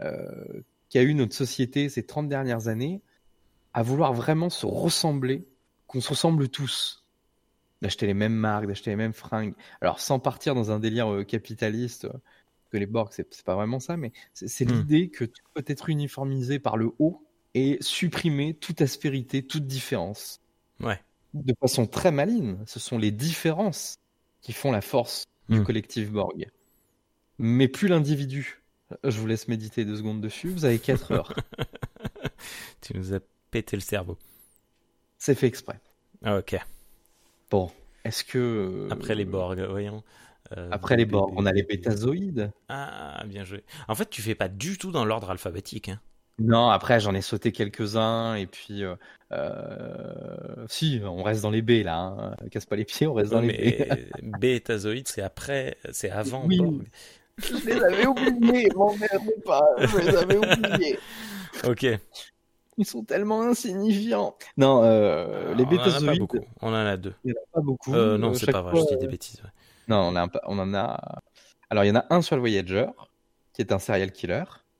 qu'a eu notre société ces 30 dernières années, à vouloir vraiment se ressembler, qu'on se ressemble tous. D'acheter les mêmes marques, d'acheter les mêmes fringues. Alors, sans partir dans un délire capitaliste, que les Borg, c'est pas vraiment ça, mais c'est l'idée que tout peut être uniformisé par le haut et supprimer toute aspérité, toute différence. Ouais. De façon très maligne, ce sont les différences qui font la force du collectif Borg. Mais plus l'individu. Je vous laisse méditer 2 secondes dessus, vous avez 4 heures. Tu nous as pété le cerveau. C'est fait exprès. Ok. Bon, est-ce que... Après les Borg, voyons. Après les Borg, on a les bétazoïdes. Ah, bien joué. En fait, tu fais pas du tout dans l'ordre alphabétique. Hein. Non, après j'en ai sauté quelques-uns et puis si on reste dans les B là, hein. Casse pas les pieds, on reste dans les B. Bétazoïde, c'est après, c'est avant Oui. Borg. Je les avais oubliés, m'emmerde pas, je les avais oubliés. Ok. Ils sont tellement insignifiants. Non, les bétazoïdes. On en a 2. Il n'y en a pas beaucoup. Non, c'est pas vrai, je dis des bêtises. Ouais. Non, on en a. Alors il y en a un sur le Voyager, qui est un serial killer.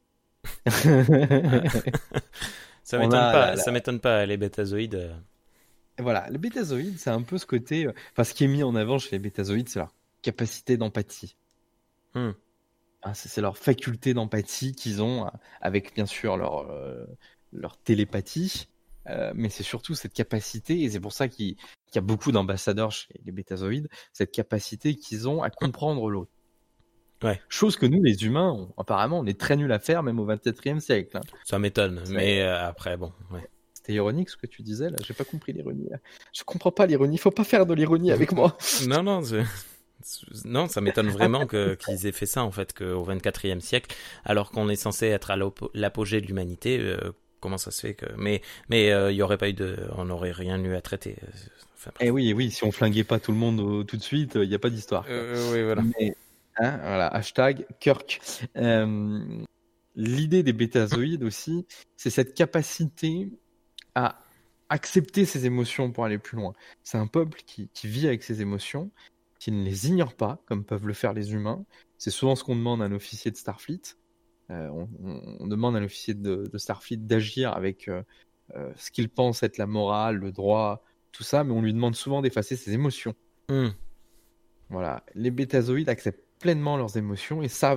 Ça m'étonne pas, ça m'étonne pas, les bétazoïdes. Et voilà, les bétazoïdes, c'est un peu ce côté. Enfin, ce qui est mis en avant chez les bétazoïdes, c'est leur capacité d'empathie. C'est leur faculté d'empathie qu'ils ont avec, bien sûr, leur télépathie. Mais c'est surtout cette capacité, et c'est pour ça qu'il y a beaucoup d'ambassadeurs chez les bétazoïdes, cette capacité qu'ils ont à comprendre l'autre. Ouais. Chose que nous, les humains, apparemment, on est très nuls à faire, même au XXIe siècle. Hein. Ça m'étonne, mais après, bon. Ouais. C'était ironique ce que tu disais, là. J'ai pas compris l'ironie. Là. Je comprends pas l'ironie. Faut pas faire de l'ironie avec moi. Non, non, ça m'étonne vraiment qu'ils aient fait ça, en fait, qu'au XXIe siècle, alors qu'on est censé être à l'apogée de l'humanité. Comment ça se fait que... Mais il y aurait pas eu on n'aurait rien eu à traiter. Enfin, oui, si on flinguait pas tout le monde tout de suite, il y a pas d'histoire. Oui, voilà. Mais... voilà, hashtag Kirk. L'idée des bétazoïdes aussi, c'est cette capacité à accepter ses émotions pour aller plus loin. C'est un peuple qui vit avec ses émotions, qui ne les ignore pas, comme peuvent le faire les humains. C'est souvent ce qu'on demande à un officier de Starfleet. On demande à un officier de Starfleet d'agir avec ce qu'il pense être la morale, le droit, tout ça, mais on lui demande souvent d'effacer ses émotions. Voilà, les bétazoïdes acceptent pleinement leurs émotions et savent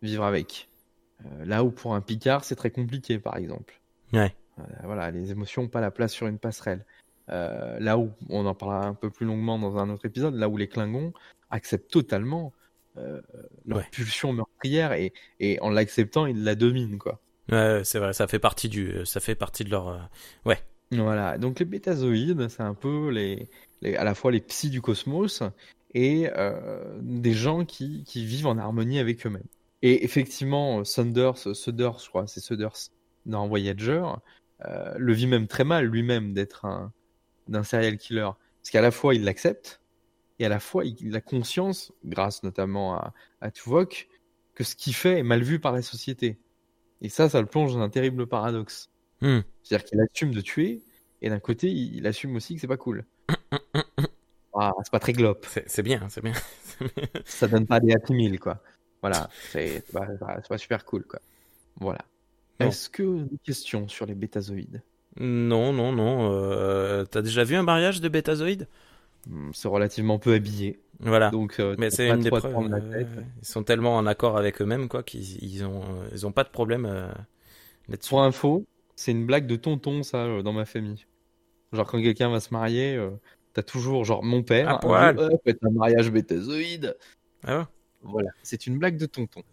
vivre avec. Là où pour un Picard, c'est très compliqué, par exemple. Ouais. Voilà, les émotions n'ont pas la place sur une passerelle. Là où, on en parlera un peu plus longuement dans un autre épisode, là où les Klingons acceptent totalement leur pulsion meurtrière et en l'acceptant, ils la dominent, quoi. Ouais, c'est vrai, ça fait partie de leur, ouais. Voilà, donc les bétazoïdes, c'est un peu à la fois les psys du cosmos et des gens qui vivent en harmonie avec eux-mêmes. Et effectivement, Sudders, je crois, c'est Sudders dans Voyager, le vit même très mal lui-même d'être d'un serial killer. Parce qu'à la fois, il l'accepte, et à la fois, il a conscience, grâce notamment à Tuvok, que ce qu'il fait est mal vu par la société. Et ça le plonge dans un terrible paradoxe. C'est-à-dire qu'il assume de tuer, et d'un côté, il assume aussi que c'est pas cool. C'est pas très glop. C'est bien. Ça donne pas des happy meal, quoi. Voilà, c'est pas super cool, quoi. Voilà. Non. Est-ce que des questions sur les bétazoïdes? Non. T'as déjà vu un mariage de bétazoïdes? C'est relativement peu habillé. Voilà. Donc, mais c'est une des preuves. Ils sont tellement en accord avec eux-mêmes, quoi, qu'ils ont pas de problème là-dessus. Pour info, c'est une blague de tonton, ça, dans ma famille. Genre, quand quelqu'un va se marier, t'as toujours, genre, mon père, fait un mariage bétazoïde. Ah ouais. Voilà, c'est une blague de tonton.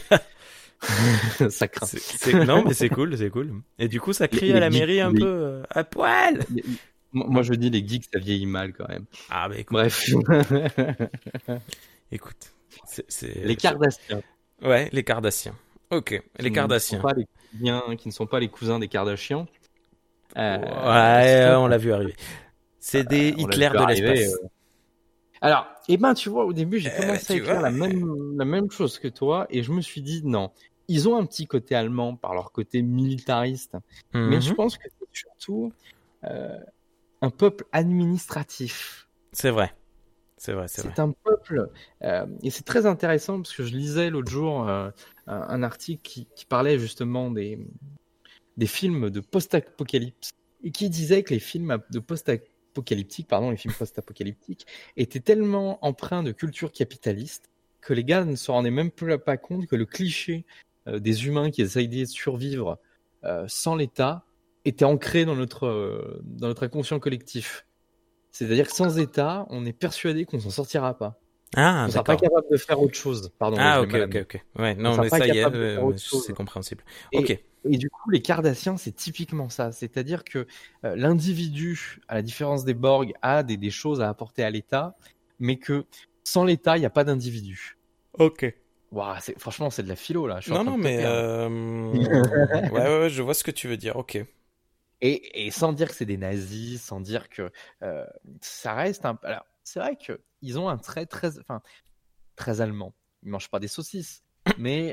Ça craint. Non, mais c'est cool. Et du coup, ça crie à la mairie un peu à poil. Moi, je dis les geeks, ça vieillit mal quand même. Ah, bah écoute. Bref. Écoute. Les Cardassiens. Ouais, les Cardassiens. Ok, les Cardassiens. Qui ne sont pas les cousins des Kardashians. Ouais, on l'a vu arriver. C'est des Hitler de l'espace. Alors, tu vois, au début, j'ai commencé à écrire la même chose que toi, et je me suis dit, non, ils ont un petit côté allemand par leur côté militariste, mais je pense que c'est surtout un peuple administratif. C'est vrai. C'est un peuple, et c'est très intéressant parce que je lisais l'autre jour un article qui parlait justement des films de post-apocalypse et qui disait que les films de post-apocalyptiques, les films post-apocalyptiques étaient tellement empreints de culture capitaliste que les gars ne se rendaient même pas compte que le cliché des humains qui essayent de survivre sans l'État était ancré dans notre inconscient collectif. C'est-à-dire que sans État, on est persuadé qu'on s'en sortira pas. Ah, on sera pas capable de faire autre chose. Pardon. Ok. Ouais, non, mais ça y est, c'est compréhensible. Ok. Et du coup, les Cardassiens, c'est typiquement ça. C'est-à-dire que l'individu, à la différence des Borg, a des choses à apporter à l'État, mais que sans l'État, il n'y a pas d'individu. Ok. Wow, franchement, c'est de la philo, là. Non, mais... ouais, je vois ce que tu veux dire. Ok. Et sans dire que c'est des nazis, sans dire que ça reste un... Alors, c'est vrai qu'ils ont un trait très allemand. Ils mangent pas des saucisses, mais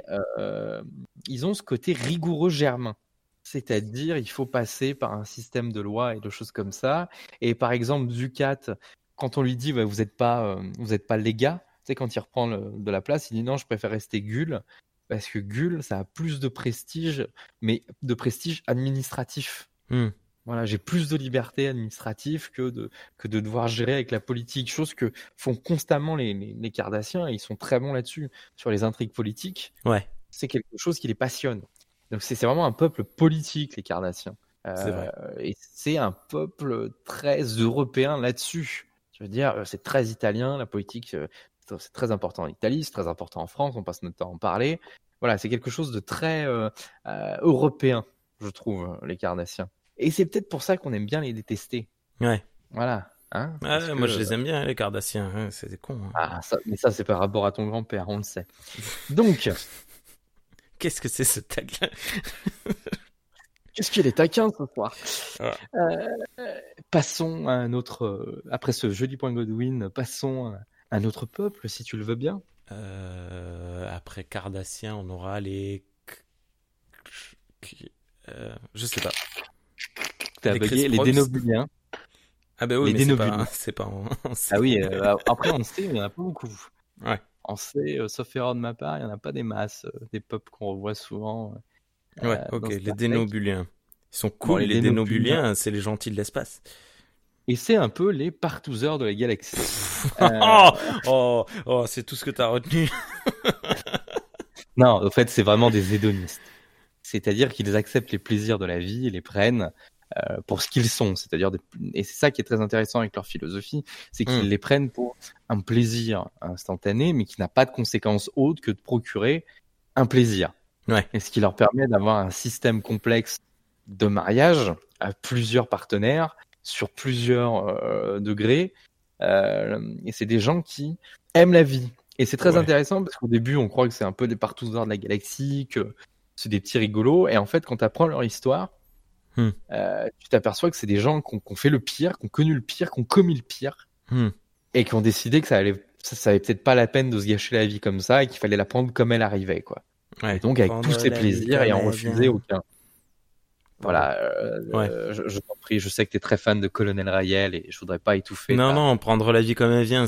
ils ont ce côté rigoureux germain. C'est-à-dire, il faut passer par un système de loi et de choses comme ça. Et par exemple, Zucat, quand on lui dit vous n'êtes pas les gars, tu sais, quand il reprend de la place, il dit non, je préfère rester Gul, parce que Gul, ça a plus de prestige, mais de prestige administratif. Voilà, j'ai plus de liberté administrative que de devoir gérer avec la politique, chose que font constamment les Cardassiens, et ils sont très bons là-dessus, sur les intrigues politiques. Ouais. C'est quelque chose qui les passionne. Donc c'est vraiment un peuple politique, les Cardassiens. C'est vrai. Et c'est un peuple très européen là-dessus. Je veux dire, c'est très italien, la politique, c'est très important en Italie, c'est très important en France, on passe notre temps à en parler. Voilà, c'est quelque chose de très européen, je trouve, les Cardassiens. Et c'est peut-être pour ça qu'on aime bien les détester. Ouais. Voilà. Hein, moi, je les aime bien, les Cardassiens. Hein, c'est des cons. Hein. Mais ça, c'est par rapport à ton grand-père, on le sait. Donc... Qu'est-ce que c'est ce tagline? Qu'est-ce qu'il est taquin ce soir. Passons à un autre... après ce joli point Godwin, passons à un autre peuple, si tu le veux bien. Après Cardassiens, on aura les... je sais pas. T'as bugué, les Dénobuliens. Ah bah oui, les mais c'est pas Ah oui, après on sait, il n'y en a pas beaucoup. Ouais. On sait, sauf erreur de ma part, il n'y en a pas des masses, des peuples qu'on revoit souvent. Ouais, ok, les Dénobuliens. Ils sont cool, les Dénobuliens, c'est les gentils de l'espace. Et c'est un peu les partouzeurs de la galaxie. Oh, c'est tout ce que t'as retenu. Non, en fait, c'est vraiment des hédonistes. C'est-à-dire qu'ils acceptent les plaisirs de la vie et les prennent pour ce qu'ils sont. Et c'est ça qui est très intéressant avec leur philosophie, c'est qu'ils les prennent pour un plaisir instantané, mais qui n'a pas de conséquence autre que de procurer un plaisir. Ouais. Et ce qui leur permet d'avoir un système complexe de mariage à plusieurs partenaires sur plusieurs degrés. Et c'est des gens qui aiment la vie. Et c'est très intéressant parce qu'au début, on croit que c'est un peu des partouzards de la galaxie, que c'est des petits rigolos. Et en fait, quand tu apprends leur histoire, tu t'aperçois que c'est des gens qui ont fait le pire, qui ont connu le pire, qui ont commis le pire, et qui ont décidé que ça valait peut-être pas la peine de se gâcher la vie comme ça et qu'il fallait la prendre comme elle arrivait, quoi. Ouais. Et donc avec tous ces plaisirs et en refuser aucun. Voilà, je t'en prie, je sais que tu es très fan de Colonel Rayel et je voudrais pas étouffer. Non, prendre la vie comme elle vient,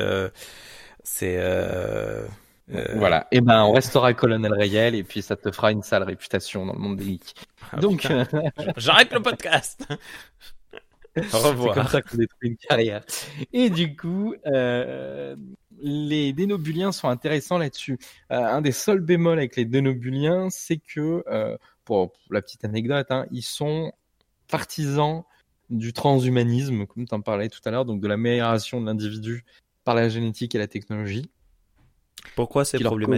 Voilà, et ben on restera Colonel Rayel et puis ça te fera une sale réputation dans le monde des geeks. Donc, j'arrête le podcast. Au revoir. C'est comme ça qu'on détruit une carrière. Et du coup, les dénobuliens sont intéressants là-dessus. Un des seuls bémols avec les dénobuliens, c'est que, pour la petite anecdote, ils sont partisans du transhumanisme, comme tu en parlais tout à l'heure, donc de l'amélioration de l'individu par la génétique et la technologie. Pourquoi c'est problématique ?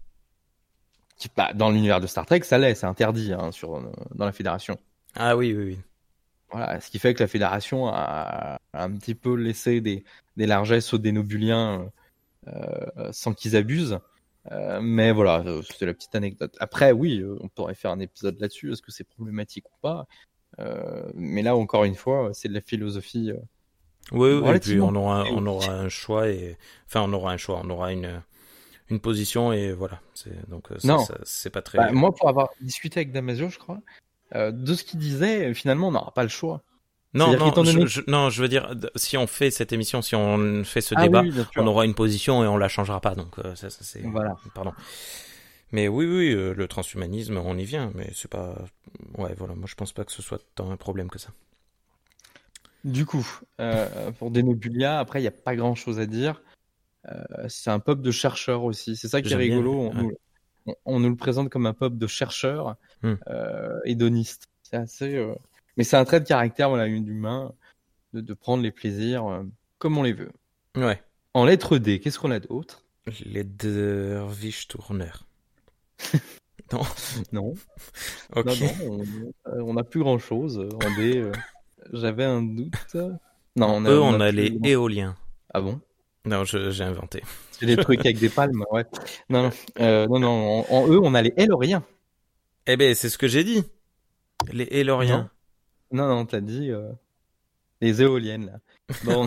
Dans l'univers de Star Trek, ça l'est, c'est interdit dans la Fédération. Ah oui. Voilà, ce qui fait que la Fédération a un petit peu laissé des largesses aux dénobuliens sans qu'ils abusent. Mais voilà, c'était la petite anecdote. Après, oui, on pourrait faire un épisode là-dessus. Est-ce que c'est problématique ou pas ? Mais là, encore une fois, c'est de la philosophie. Oui, et puis on aura un choix on aura une position et voilà. Donc c'est pas très. Moi, pour avoir discuté avec Damasio, je crois, de ce qu'il disait, finalement, on n'aura pas le choix. Non, je veux dire, si on fait cette émission, si on fait ce débat, on aura une position et on la changera pas. Donc ça c'est. Voilà. Pardon. Mais oui, le transhumanisme, on y vient, mais c'est pas. Ouais, voilà. Moi, je pense pas que ce soit tant un problème que ça. Du coup, pour Dénobulia, après, il n'y a pas grand-chose à dire. C'est un peuple de chercheurs aussi. C'est ça qui est rigolo. On nous le présente comme un peuple de chercheurs hédonistes. C'est assez. Mais c'est un trait de caractère, voilà, humain, de prendre les plaisirs comme on les veut. Ouais. En lettre D, qu'est-ce qu'on a d'autre ? Les Dervish-Tourneurs. Non. Non. Ok. Non, on n'a plus grand-chose. En D, j'avais un doute. Non, on a les éoliens. Ah bon ? Non, j'ai inventé. C'est des trucs avec des palmes, ouais. Non. En eux, on a les Héloriens. Eh ben, c'est ce que j'ai dit. Les Héloriens. Non, t'as dit les éoliennes, là. Bon.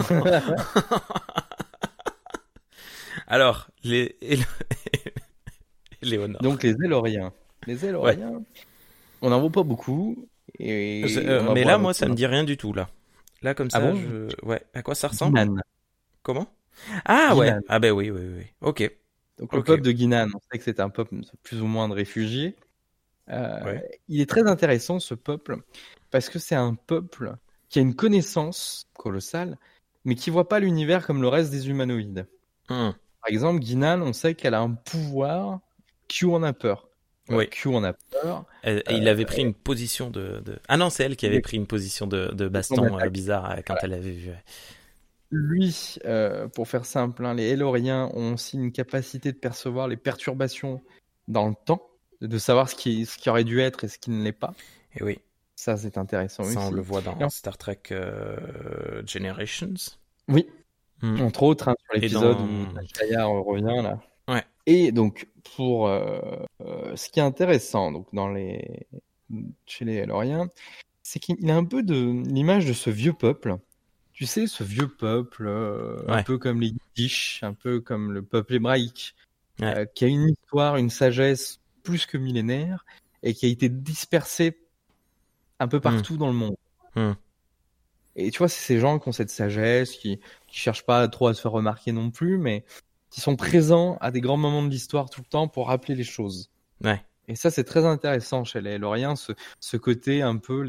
Alors, les Léonard. Donc, les Héloriens. Les Héloriens, on n'en vaut pas beaucoup. Mais là, moi, ça me dit rien du tout, là. Là, comme ça, ouais. À quoi ça ressemble ? Guinan. Comment ? Ah, Guinan. ouais. Ah, ben oui. Ok. Donc, le peuple de Guinan, on sait que c'est un peuple plus ou moins de réfugiés. Il est très intéressant, ce peuple, parce que c'est un peuple qui a une connaissance colossale, mais qui voit pas l'univers comme le reste des humanoïdes. Par exemple, Guinan, on sait qu'elle a un pouvoir. Q en a peur. Oui. Q en a peur. Il avait pris une position de... Ah non, c'est elle qui avait pris une position de baston bizarre quand elle avait vu. Lui, pour faire simple, les Héloriens ont aussi une capacité de percevoir les perturbations dans le temps, de savoir ce qui aurait dû être et ce qui ne l'est pas. Et oui. Ça, c'est intéressant aussi. Ça, on le voit dans Star Trek Generations. Oui. Entre autres, sur l'épisode où Shaya revient, là. Ouais. Et donc, pour ce qui est intéressant donc, chez les Héloriens, c'est qu'il a un peu l'image de ce vieux peuple. Tu sais, ce vieux peuple, un peu comme les Yiddish, un peu comme le peuple hébraïque, qui a une histoire, une sagesse plus que millénaire, et qui a été dispersé un peu partout dans le monde. Et tu vois, c'est ces gens qui ont cette sagesse, qui cherchent pas trop à se faire remarquer non plus, mais qui sont présents à des grands moments de l'histoire tout le temps pour rappeler les choses. Ouais. Et ça, c'est très intéressant chez les Héloriens, ce côté un peu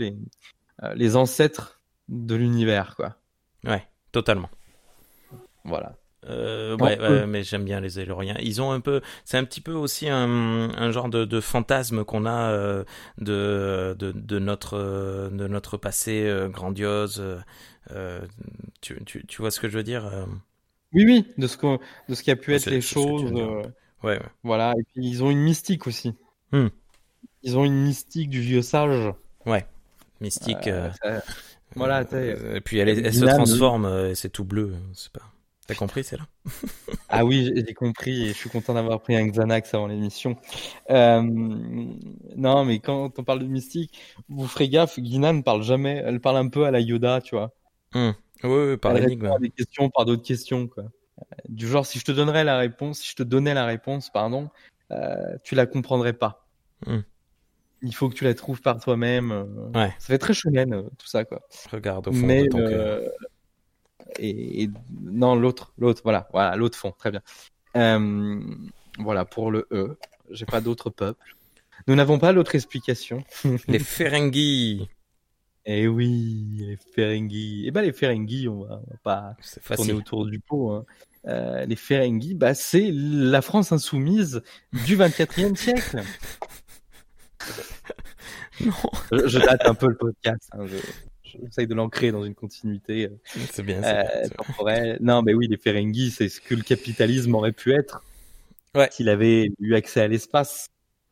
les ancêtres de l'univers, quoi. Ouais, totalement. Voilà. Ouais, mais j'aime bien les Eloriens. Ils ont un peu, c'est un petit peu aussi un genre de fantasme qu'on a de notre passé grandiose. Tu vois ce que je veux dire? Oui, de ce qui a pu Ouais, être les c'est ce que tu choses. veux dire un peu. Ouais, ouais. Voilà. Et puis ils ont une mystique aussi. Hmm. Ils ont une mystique du vieux sage. Ouais. Mystique. Voilà, tu sais. Et puis elle se Guinan, transforme, et c'est tout bleu. C'est pas. T'as compris, c'est là? Ah oui, j'ai compris et je suis content d'avoir pris un Xanax avant l'émission. Euh, non, mais quand on parle de mystique, vous ferez gaffe, Guinan ne parle jamais. Elle parle un peu à la Yoda, tu vois. Oui, par Elle énigme. répond à des questions par d'autres questions, quoi. Du genre, si je te donnais la réponse, pardon, tu la comprendrais pas. Hmm. Il faut que tu la trouves par toi-même. Ouais. Ça fait très shonen, tout ça, quoi. Regarde au fond de ton cœur. Non, l'autre, voilà, l'autre fond, très bien. Voilà pour le E. J'ai pas d'autres peuples. Nous n'avons pas l'autre explication. Les Ferengi. Eh oui, les Ferengi. Eh ben les Ferengi, on va pas C'est tourner facile. autour du pot. Hein. Les Ferengi, bah c'est la France insoumise du 24e siècle. Non. Je date un peu le podcast. Hein, j'essaye de l'ancrer dans une continuité C'est bien. temporelle. Non, mais oui, les Ferengi, c'est ce que le capitalisme aurait pu être Ouais. s'il avait eu accès à l'espace.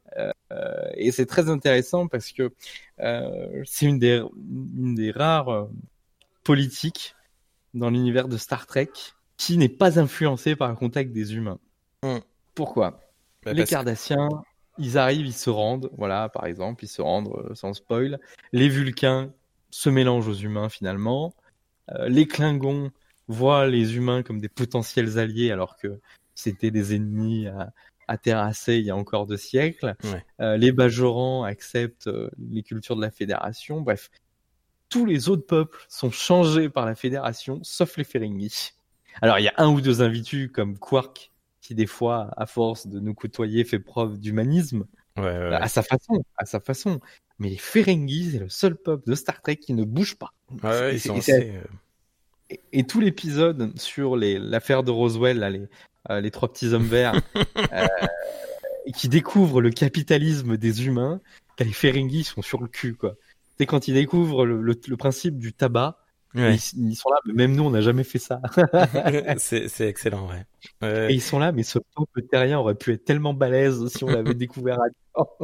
Et c'est très intéressant parce que c'est une des rares politiques dans l'univers de Star Trek qui n'est pas influencée par le contact des humains. Pourquoi? Les Cardassiens, ils arrivent, ils se rendent, voilà, par exemple, ils se rendent sans spoil. Les Vulcains se mélangent aux humains finalement. Les Klingons voient les humains comme des potentiels alliés alors que c'était des ennemis à terrasser il y a encore 2 siècles. Ouais. Les Bajorans acceptent les cultures de la Fédération. Bref, tous les autres peuples sont changés par la Fédération, sauf les Ferengi. Alors, il y a un ou deux individus comme Quark, qui des fois, à force de nous côtoyer, fait preuve d'humanisme. Ouais. À sa façon. Mais les Ferengi, c'est le seul peuple de Star Trek qui ne bouge pas. Ouais, ils sont assez... Et tout l'épisode sur l'affaire de Roswell, là, les 3 petits hommes verts, qui découvrent le capitalisme des humains, les Ferengi sont sur le cul, quoi. C'est quand ils découvrent le principe du tabac, ouais. ils sont là, mais même nous, on n'a jamais fait ça. c'est excellent, ouais. Et ils sont là, mais ce peuple terrien aurait pu être tellement balèze si on l'avait découvert à temps.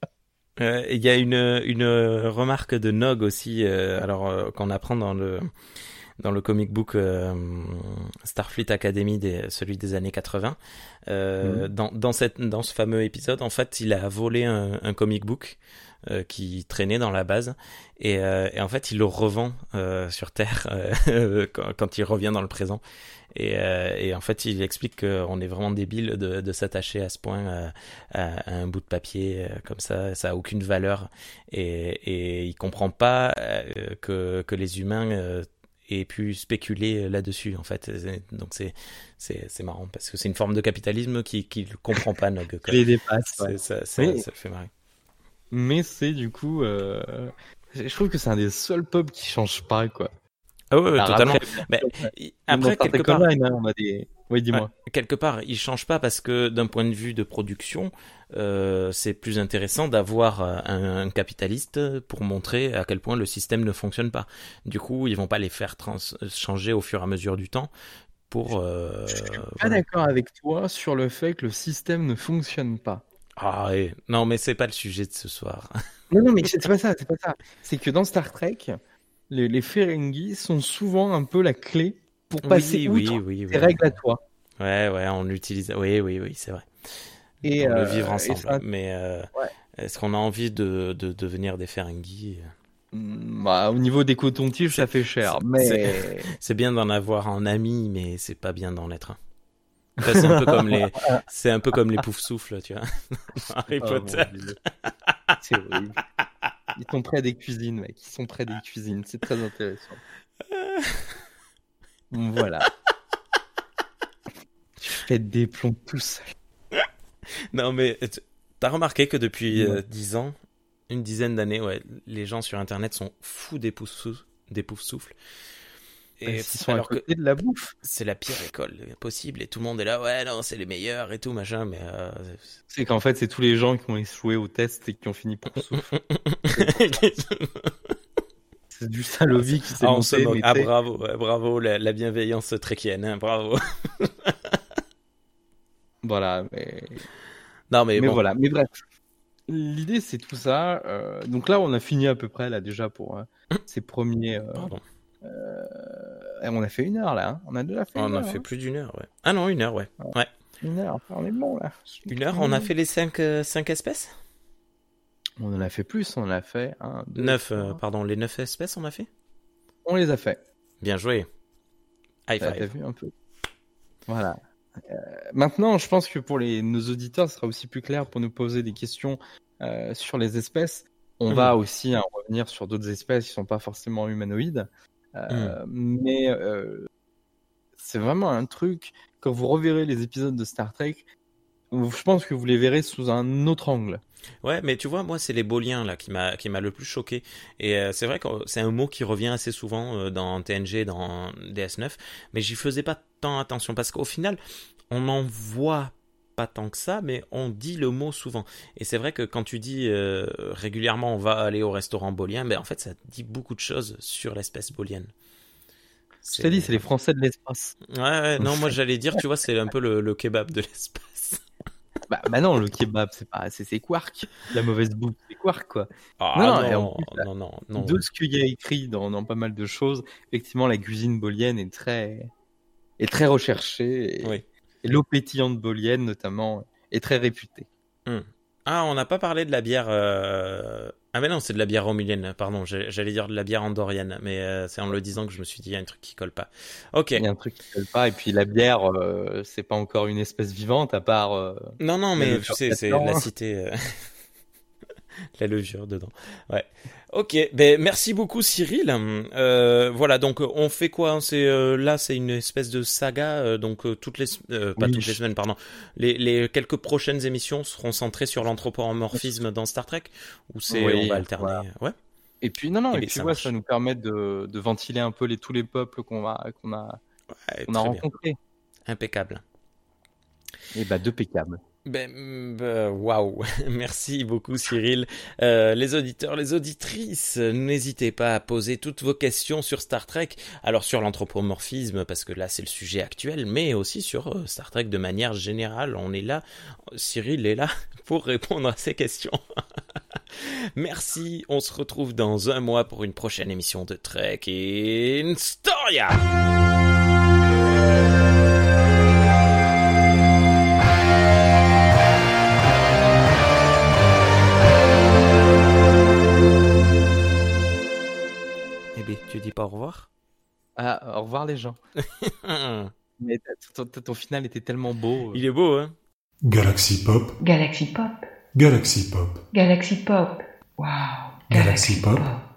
Il y a une remarque de Nog aussi, qu'on apprend dans le comic book Starfleet Academy, celui des années 80. Dans ce fameux épisode, en fait, il a volé un comic book qui traînait dans la base, et en fait, il le revend sur Terre quand il revient dans le présent. Et en fait, il explique qu'on est vraiment débile de s'attacher à ce point à un bout de papier comme ça a aucune valeur, et il comprend pas que les humains aient pu spéculer là-dessus, en fait. Donc c'est marrant parce que c'est une forme de capitalisme qu'il comprend pas, Nog. Les dépasse. Ouais. Ça le fait marrer. Mais c'est du coup, je trouve que c'est un des seuls peuples qui change pas, quoi. Ah ouais, Alors totalement. Après, quelque part, on a des... Oui, dis-moi. Quelque part, il change pas parce que d'un point de vue de production, c'est plus intéressant d'avoir un capitaliste pour montrer à quel point le système ne fonctionne pas. Du coup, ils vont pas les faire changer au fur et à mesure du temps pour. Je suis pas d'accord avec toi sur le fait que le système ne fonctionne pas. Ah ouais. Non, mais c'est pas le sujet de ce soir. Non, mais c'est pas ça. C'est que dans Star Trek, les Ferengi sont souvent un peu la clé pour passer outre tes règles à toi. Ouais, on utilise. Oui, c'est vrai. Et le vivre ensemble. ça... Mais est-ce qu'on a envie de devenir des Ferengi? Au niveau des cotons-tiges, ça fait cher. Mais c'est bien d'en avoir en ami, mais c'est pas bien d'en être un. Enfin, c'est un peu comme les poufs-souffles, tu vois. Harry Potter. C'est horrible. Ils sont près des cuisines, mec. Ils sont près des cuisines. C'est très intéressant. Voilà. Je fais des plombs tout seul. Non, mais t'as remarqué que depuis 10 ans, une dizaine d'années, les gens sur Internet sont fous des poufs-souffles. Et Ils sont à côté de la bouffe. c'est la pire école possible et tout le monde est là, ouais, non, c'est les meilleurs et tout, machin, mais C'est qu'en fait, c'est tous les gens qui ont échoué au test et qui ont fini pour souffrir. C'est du Salovi qui s'est on se monté. moque. Mais Ah, t'sais, bravo, ouais, bravo, la bienveillance tréquienne, hein, bravo. voilà. Non, mais Mais bon. voilà. Mais bref. L'idée, c'est tout ça. Donc là, on a fini à peu près, là, déjà, pour ces premiers... Pardon. on a fait 1 heure, là. Hein. On a déjà fait 1 On heure. a fait plus d'1 heure, ouais. Ah non, 1 heure, ouais. Ouais. 1 heure. On est bon, là. 1 heure, on a fait les 5 espèces On en a fait plus. On en a fait 1, 2, 9, 3. pardon, les 9 espèces, on a fait. On les a fait. Bien joué. High T'as five. vu un peu. Voilà. Maintenant, je pense que pour nos auditeurs, ce sera aussi plus clair pour nous poser des questions sur les espèces. On va aussi revenir sur d'autres espèces qui sont pas forcément humanoïdes. Mais c'est vraiment un truc, quand vous reverrez les épisodes de Star Trek, je pense que vous les verrez sous un autre angle. Ouais, mais tu vois, moi, c'est les Boliens là qui m'a le plus choqué. Et c'est vrai que c'est un mot qui revient assez souvent dans TNG, dans DS9, mais j'y faisais pas tant attention parce qu'au final, on en voit pas tant que ça, mais on dit le mot souvent. Et c'est vrai que quand tu dis régulièrement on va aller au restaurant bolien, ben en fait, ça dit beaucoup de choses sur l'espèce bolienne. Je t'ai dit, c'est les Français de l'espace. Ouais, non, moi j'allais dire, tu vois, c'est un peu le kebab de l'espace. Bah non, le kebab, c'est Quark. La mauvaise bouffe, c'est Quark, quoi. Ah et en non, plus, non. De ce qu'il y a écrit dans pas mal de choses, effectivement, la cuisine bolienne est très recherchée. Oui. Et l'eau pétillante bolienne, notamment, est très réputée. Ah, on n'a pas parlé de la bière. Ah, mais non, c'est de la bière romulienne, pardon. J'allais dire de la bière andorienne, mais c'est en le disant que je me suis dit, il y a un truc qui colle pas. Ok. Il y a un truc qui colle pas, et puis la bière, c'est pas encore une espèce vivante, à part. Non, mais tu sais, c'est la là-dedans. cité. La levure dedans. Ouais. Ok, ben merci beaucoup Cyril. Voilà, donc on fait quoi? Là, c'est une espèce de saga. Donc pas toutes les semaines, pardon. Les quelques prochaines émissions seront centrées sur l'anthropomorphisme dans Star Trek, ou on va alterner. Voilà. Ouais. Et puis ça nous permet de ventiler un peu tous les peuples qu'on a rencontrés. Impeccable. Et d'impeccable. Waouh, merci beaucoup Cyril. Les auditeurs, les auditrices, n'hésitez pas à poser toutes vos questions sur Star Trek, alors sur l'anthropomorphisme parce que là c'est le sujet actuel, mais aussi sur Star Trek de manière générale. On est là, Cyril est là pour répondre à ces questions. Merci, on se retrouve dans 1 mois pour une prochaine émission de Trek in Storia. Tu dis pas au revoir? Ah, au revoir les gens. Mais ton final était tellement beau. Il est beau, hein? Galaxy Pop. Galaxy Pop. Galaxy Pop. Galaxy Pop. Wow. Galaxy Pop.